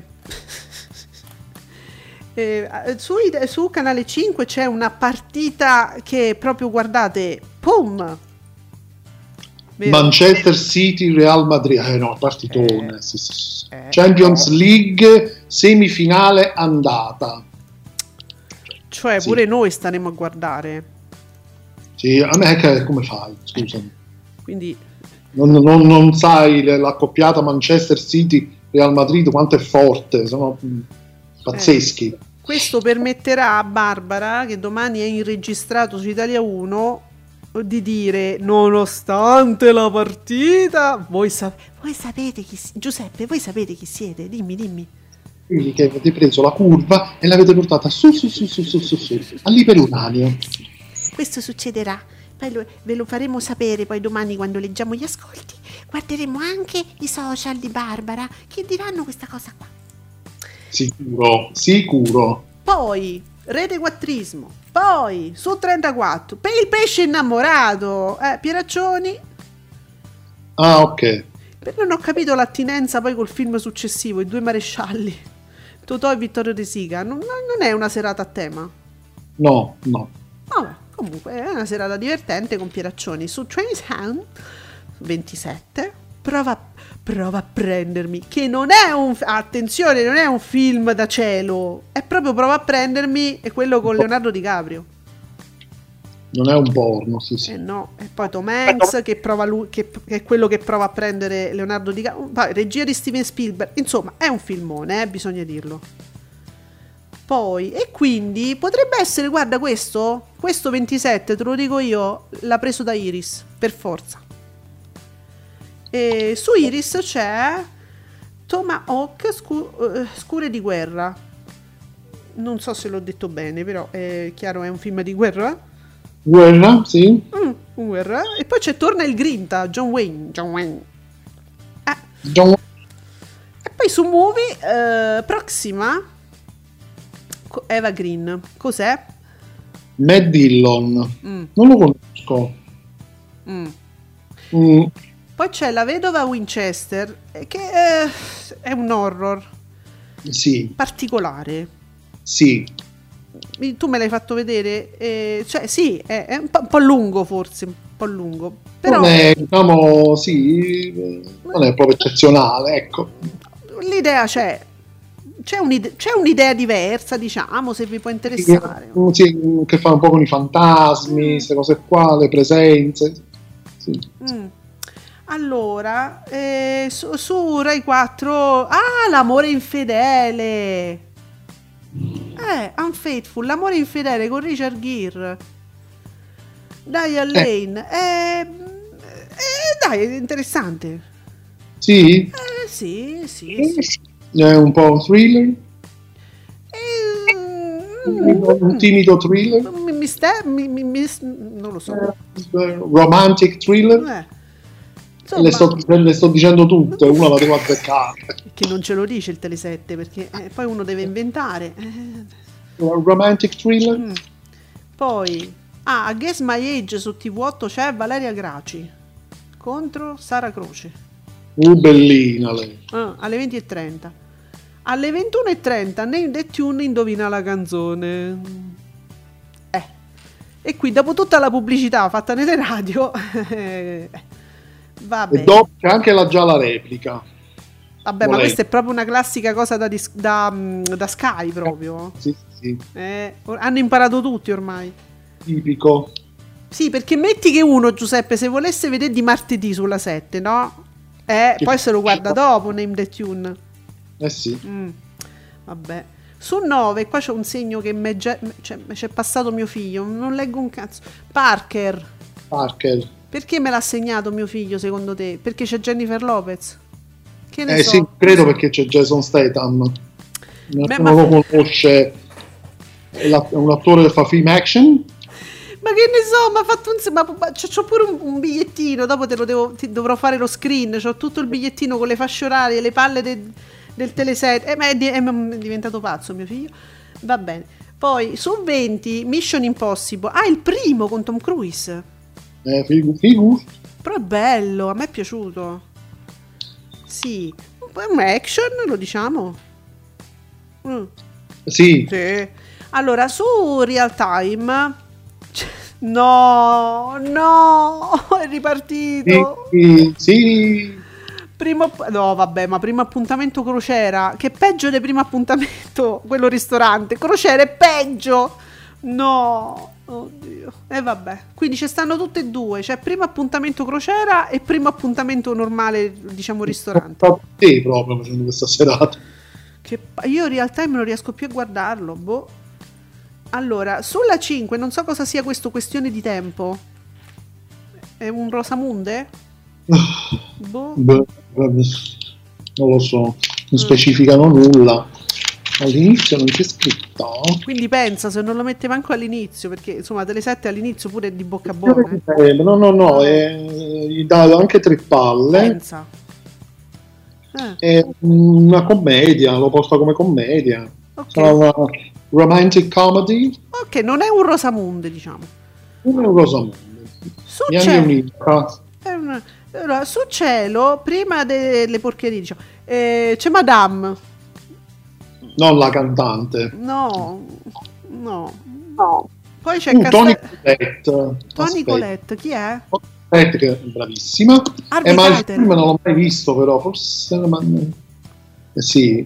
eh, su, su Canale cinque c'è una partita che proprio, guardate, pum! Vero? Manchester City, Real Madrid, eh no, partitone. Eh, sì, sì, sì. eh, Champions League, semifinale andata. Cioè, sì. pure noi staremo a guardare. Sì, a me che, come fai? Scusami. Quindi, Non, non, non sai l'accoppiata Manchester City Real Madrid quanto è forte, sono mh, pazzeschi. eh, questo permetterà a Barbara, che domani è inregistrato su Italia uno, di dire, nonostante la partita, voi, sa- voi sapete chi si- Giuseppe, voi sapete chi siete? Dimmi, dimmi. Quindi che avete preso la curva e l'avete portata su su su su su su, su all'iperuranio. Questo succederà. Poi lo- ve lo faremo sapere poi domani quando leggiamo gli ascolti. Guarderemo anche i social di Barbara che diranno questa cosa qua. Sicuro, sicuro. Poi Rete Quattrismo. Poi su trentaquattro per il pesce innamorato. Eh, Pieraccioni. Ah, ok. Però non ho capito l'attinenza poi col film successivo, I due marescialli, Totò e Vittorio De Sica. Non, non è una serata a tema. No, no. Vabbè, comunque è una serata divertente con Pieraccioni su Traintown ventisette. Prova, prova a prendermi, che non è un, attenzione, non è un film da cielo, è proprio Prova a prendermi, è quello con Leonardo DiCaprio. Non è un porno, sì, sì. Eh no, e poi Tom Hanks che, prova lui, che, che è quello che prova a prendere Leonardo DiCaprio, poi regia di Steven Spielberg, insomma è un filmone, eh, bisogna dirlo. Poi, e quindi potrebbe essere, guarda questo, questo ventisette, te lo dico io, l'ha preso da Iris, per forza. E su Iris c'è Tomahawk scu- uh, Scure di guerra. Non so se l'ho detto bene, però è chiaro, è un film di guerra. Guerra, sì. Mm, guerra. E poi c'è Torna il Grinta, John Wayne. John Wayne. Eh. John... E poi su Movie, eh, prossima, Eva Green. Cos'è? Matt Dillon. Mm. Non lo conosco. Mm. Mm. Poi c'è La vedova Winchester, che eh, è un horror Sì. particolare. Sì. Tu me l'hai fatto vedere, eh, cioè sì, è, è un, po', un po' lungo forse, un po' lungo, però Non è, diciamo, sì, non è proprio eccezionale, ecco. l'idea c'è, c'è, un'ide- c'è un'idea diversa, diciamo, se vi può interessare. Sì, che fa un po' con i fantasmi, queste cose qua, le presenze. Sì. Mm. Allora, eh, su, su Rai quattro, ah, L'amore infedele. Eh, Unfaithful, L'amore infedele con Richard Gere, Diane Lane. Eh. Eh, eh, dai, è interessante. Sì? Eh, sì, sì, sì. È un po' un thriller? Eh, Un timido thriller? mi, mi, sta- mi, mi, mi- non lo so. Romantic thriller? Eh, Le sto, le sto dicendo tutte, una la devo azzeccare. che non ce lo dice il Telesette, perché eh, poi uno deve inventare. Eh. Romantic thriller? Mm. Poi, ah, a Guess My Age su T V otto c'è Valeria Graci contro Sara Croce. Uh, bellina lei. Ah, alle venti e trenta. Alle ventuno e trenta Name the Tune, indovina la canzone. Eh. E qui, dopo tutta la pubblicità fatta nelle radio, eh, vabbè. E dopo c'è anche la gialla replica. Vabbè, Volendo. ma questa è proprio una classica cosa da, dis- da, mm, da Sky proprio. Sì, sì, Eh, or- hanno imparato tutti ormai. tipico. Sì, perché metti che uno, Giuseppe, se volesse vedere di martedì sulla sette, no? Eh, Che poi se lo guarda f- dopo, Name the Tune. Eh sì. Mm, vabbè. Su nove, qua c'è un segno che m'è già- cioè, c'è passato mio figlio, non leggo un cazzo. Parker. Parker. Perché me l'ha segnato mio figlio, secondo te? Perché c'è Jennifer Lopez? Che ne Eh so? sì, credo perché c'è Jason Statham. Beh, Non ma- lo conosce, è la- è un attore che fa film action. Ma che ne so, ma ha fatto un... Ma, ma c'ho, c'ho pure un, un bigliettino, dopo te lo devo, ti dovrò fare lo screen, c'ho tutto il bigliettino con le fasce orarie, le palle de- del teleset, eh, ma è, di- è diventato pazzo mio figlio, va bene. Poi su venti Mission Impossible, ah il primo con Tom Cruise, Eh, figu, figu. però è bello, a me è piaciuto, sì, è un action, lo diciamo. Mm. Sì. Sì. Allora su Real Time, no, no, è ripartito. Sì, sì. Primo, no, vabbè, ma primo appuntamento crociera, che è peggio del primo appuntamento, quello ristorante. Crociera è peggio. No, oddio. E eh, vabbè, quindi ci stanno tutte e due, c'è primo appuntamento crociera e primo appuntamento normale, diciamo ristorante. Sì, proprio facendo questa serata. Che pa- io in Real Time non riesco più a guardarlo, boh. Allora, sulla cinque non so cosa sia questo, questione di tempo. È un Rosamunde? Boh. Beh, non lo so, non specificano nulla. All'inizio non c'è scritto. Quindi pensa, se non lo mette manco all'inizio, perché insomma delle sette all'inizio pure è di bocca buona. Eh, no, no, no, è, gli dà anche tre palle. Pensa. Eh. È una commedia, lo posta come commedia. Ok. Sarà una romantic comedy. Ok, non è un Rosamunde, diciamo. Non è un Rosamunde. Su Neanche cielo, un'Inca. è una- allora, su cielo, prima delle porcherie, diciamo, eh, c'è Madame. Non la cantante. No, no, no. Poi c'è Uh, Toni Castel- Collette. Toni Aspetta. Colette, chi è? Collette, che è bravissima. Harvey Eh, ma il Keitel. film non l'ho mai visto, però forse. Ma... Eh, sì.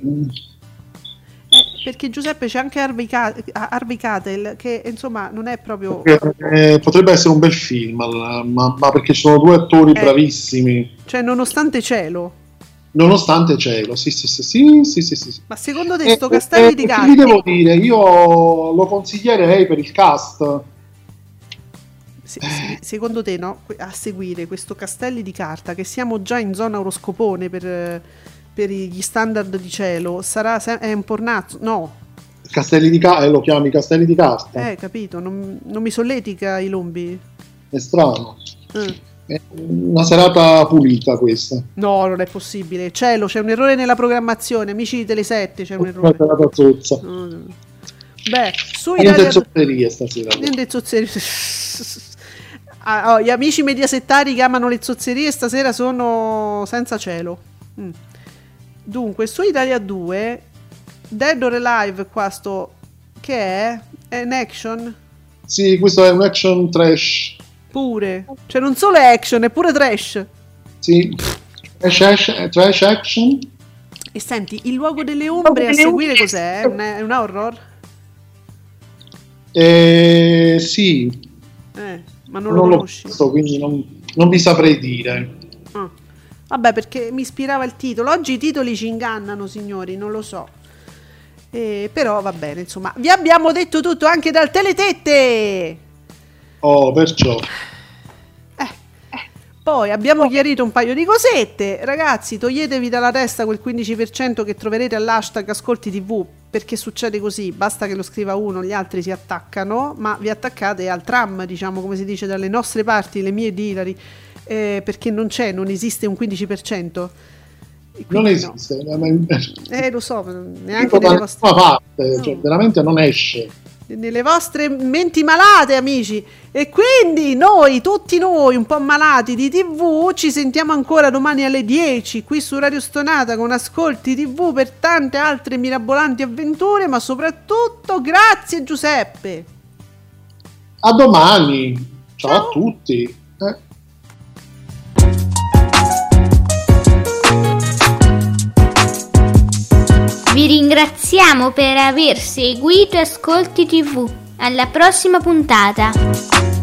Eh, perché Giuseppe c'è anche Harvey, Ca- Harvey Keitel, che insomma non è proprio... Eh, potrebbe essere un bel film, ma, ma perché ci sono due attori Eh. bravissimi. Cioè, nonostante cielo. Nonostante cielo, sì, sì, sì, sì, sì, sì, sì. Ma secondo te Eh, sto Castelli eh, di che Carta... vi devo dire, io lo consiglierei per il cast. Se- se- secondo te, no? Que- A seguire questo Castelli di Carta, che siamo già in zona oroscopone per, eh, per gli standard di cielo, sarà se- è un pornazzo? No, Castelli di Carta, eh, lo chiami Castelli di Carta? eh, capito, non, non mi solletica i lombi. È strano. Eh. È una serata pulita questa. No, non è possibile. Cielo, c'è un errore nella programmazizione, amici di Telesette, c'è un Una errore. serata zozza. No, no. Beh, su Niente Italia... zozzerie stasera. Niente zozzerie. Ah, oh, gli amici mediasettari che amano le zozzerie stasera sono senza cielo. Mm. Dunque, su Italia due, Dead or Alive, qua sto... Che è? È un action? Sì, questo è un action trash. Pure. Cioè non solo è action, è pure trash. Sì, trash, action- trash action. E senti, Il luogo delle ombre a seguire cos'è? È un, è un horror? Eh, sì, Eh, ma non lo non l'ho conosci? visto, quindi non, non vi saprei dire. Ah. Vabbè, perché mi ispirava il titolo. Oggi i titoli ci ingannano, signori, non lo so. Eh, però va bene, insomma. Vi abbiamo detto tutto anche dal Teletette! Oh, perciò. Poi abbiamo chiarito un paio di cosette. Ragazzi, toglietevi dalla testa quel quindici per cento che troverete all'hashtag Ascolti tivù, perché succede così, basta che lo scriva uno, gli altri si attaccano, ma vi attaccate al tram, diciamo, come si dice dalle nostre parti, le mie di Ilari, eh, perché non c'è, non esiste un quindici per cento. E Non quindi no. esiste. Eh, lo so, neanche Tipo da nelle vostre... nessuna parte, cioè, veramente non esce. nelle vostre menti malate, amici. E quindi noi, tutti noi un po' malati di tivù, ci sentiamo ancora domani alle dieci qui su Radio Stonata con Ascolti tivù per tante altre mirabolanti avventure, ma soprattutto grazie Giuseppe. A domani. Ciao, Ciao. a tutti. Eh. Vi ringraziamo per aver seguito Ascolti tivù. Alla prossima puntata.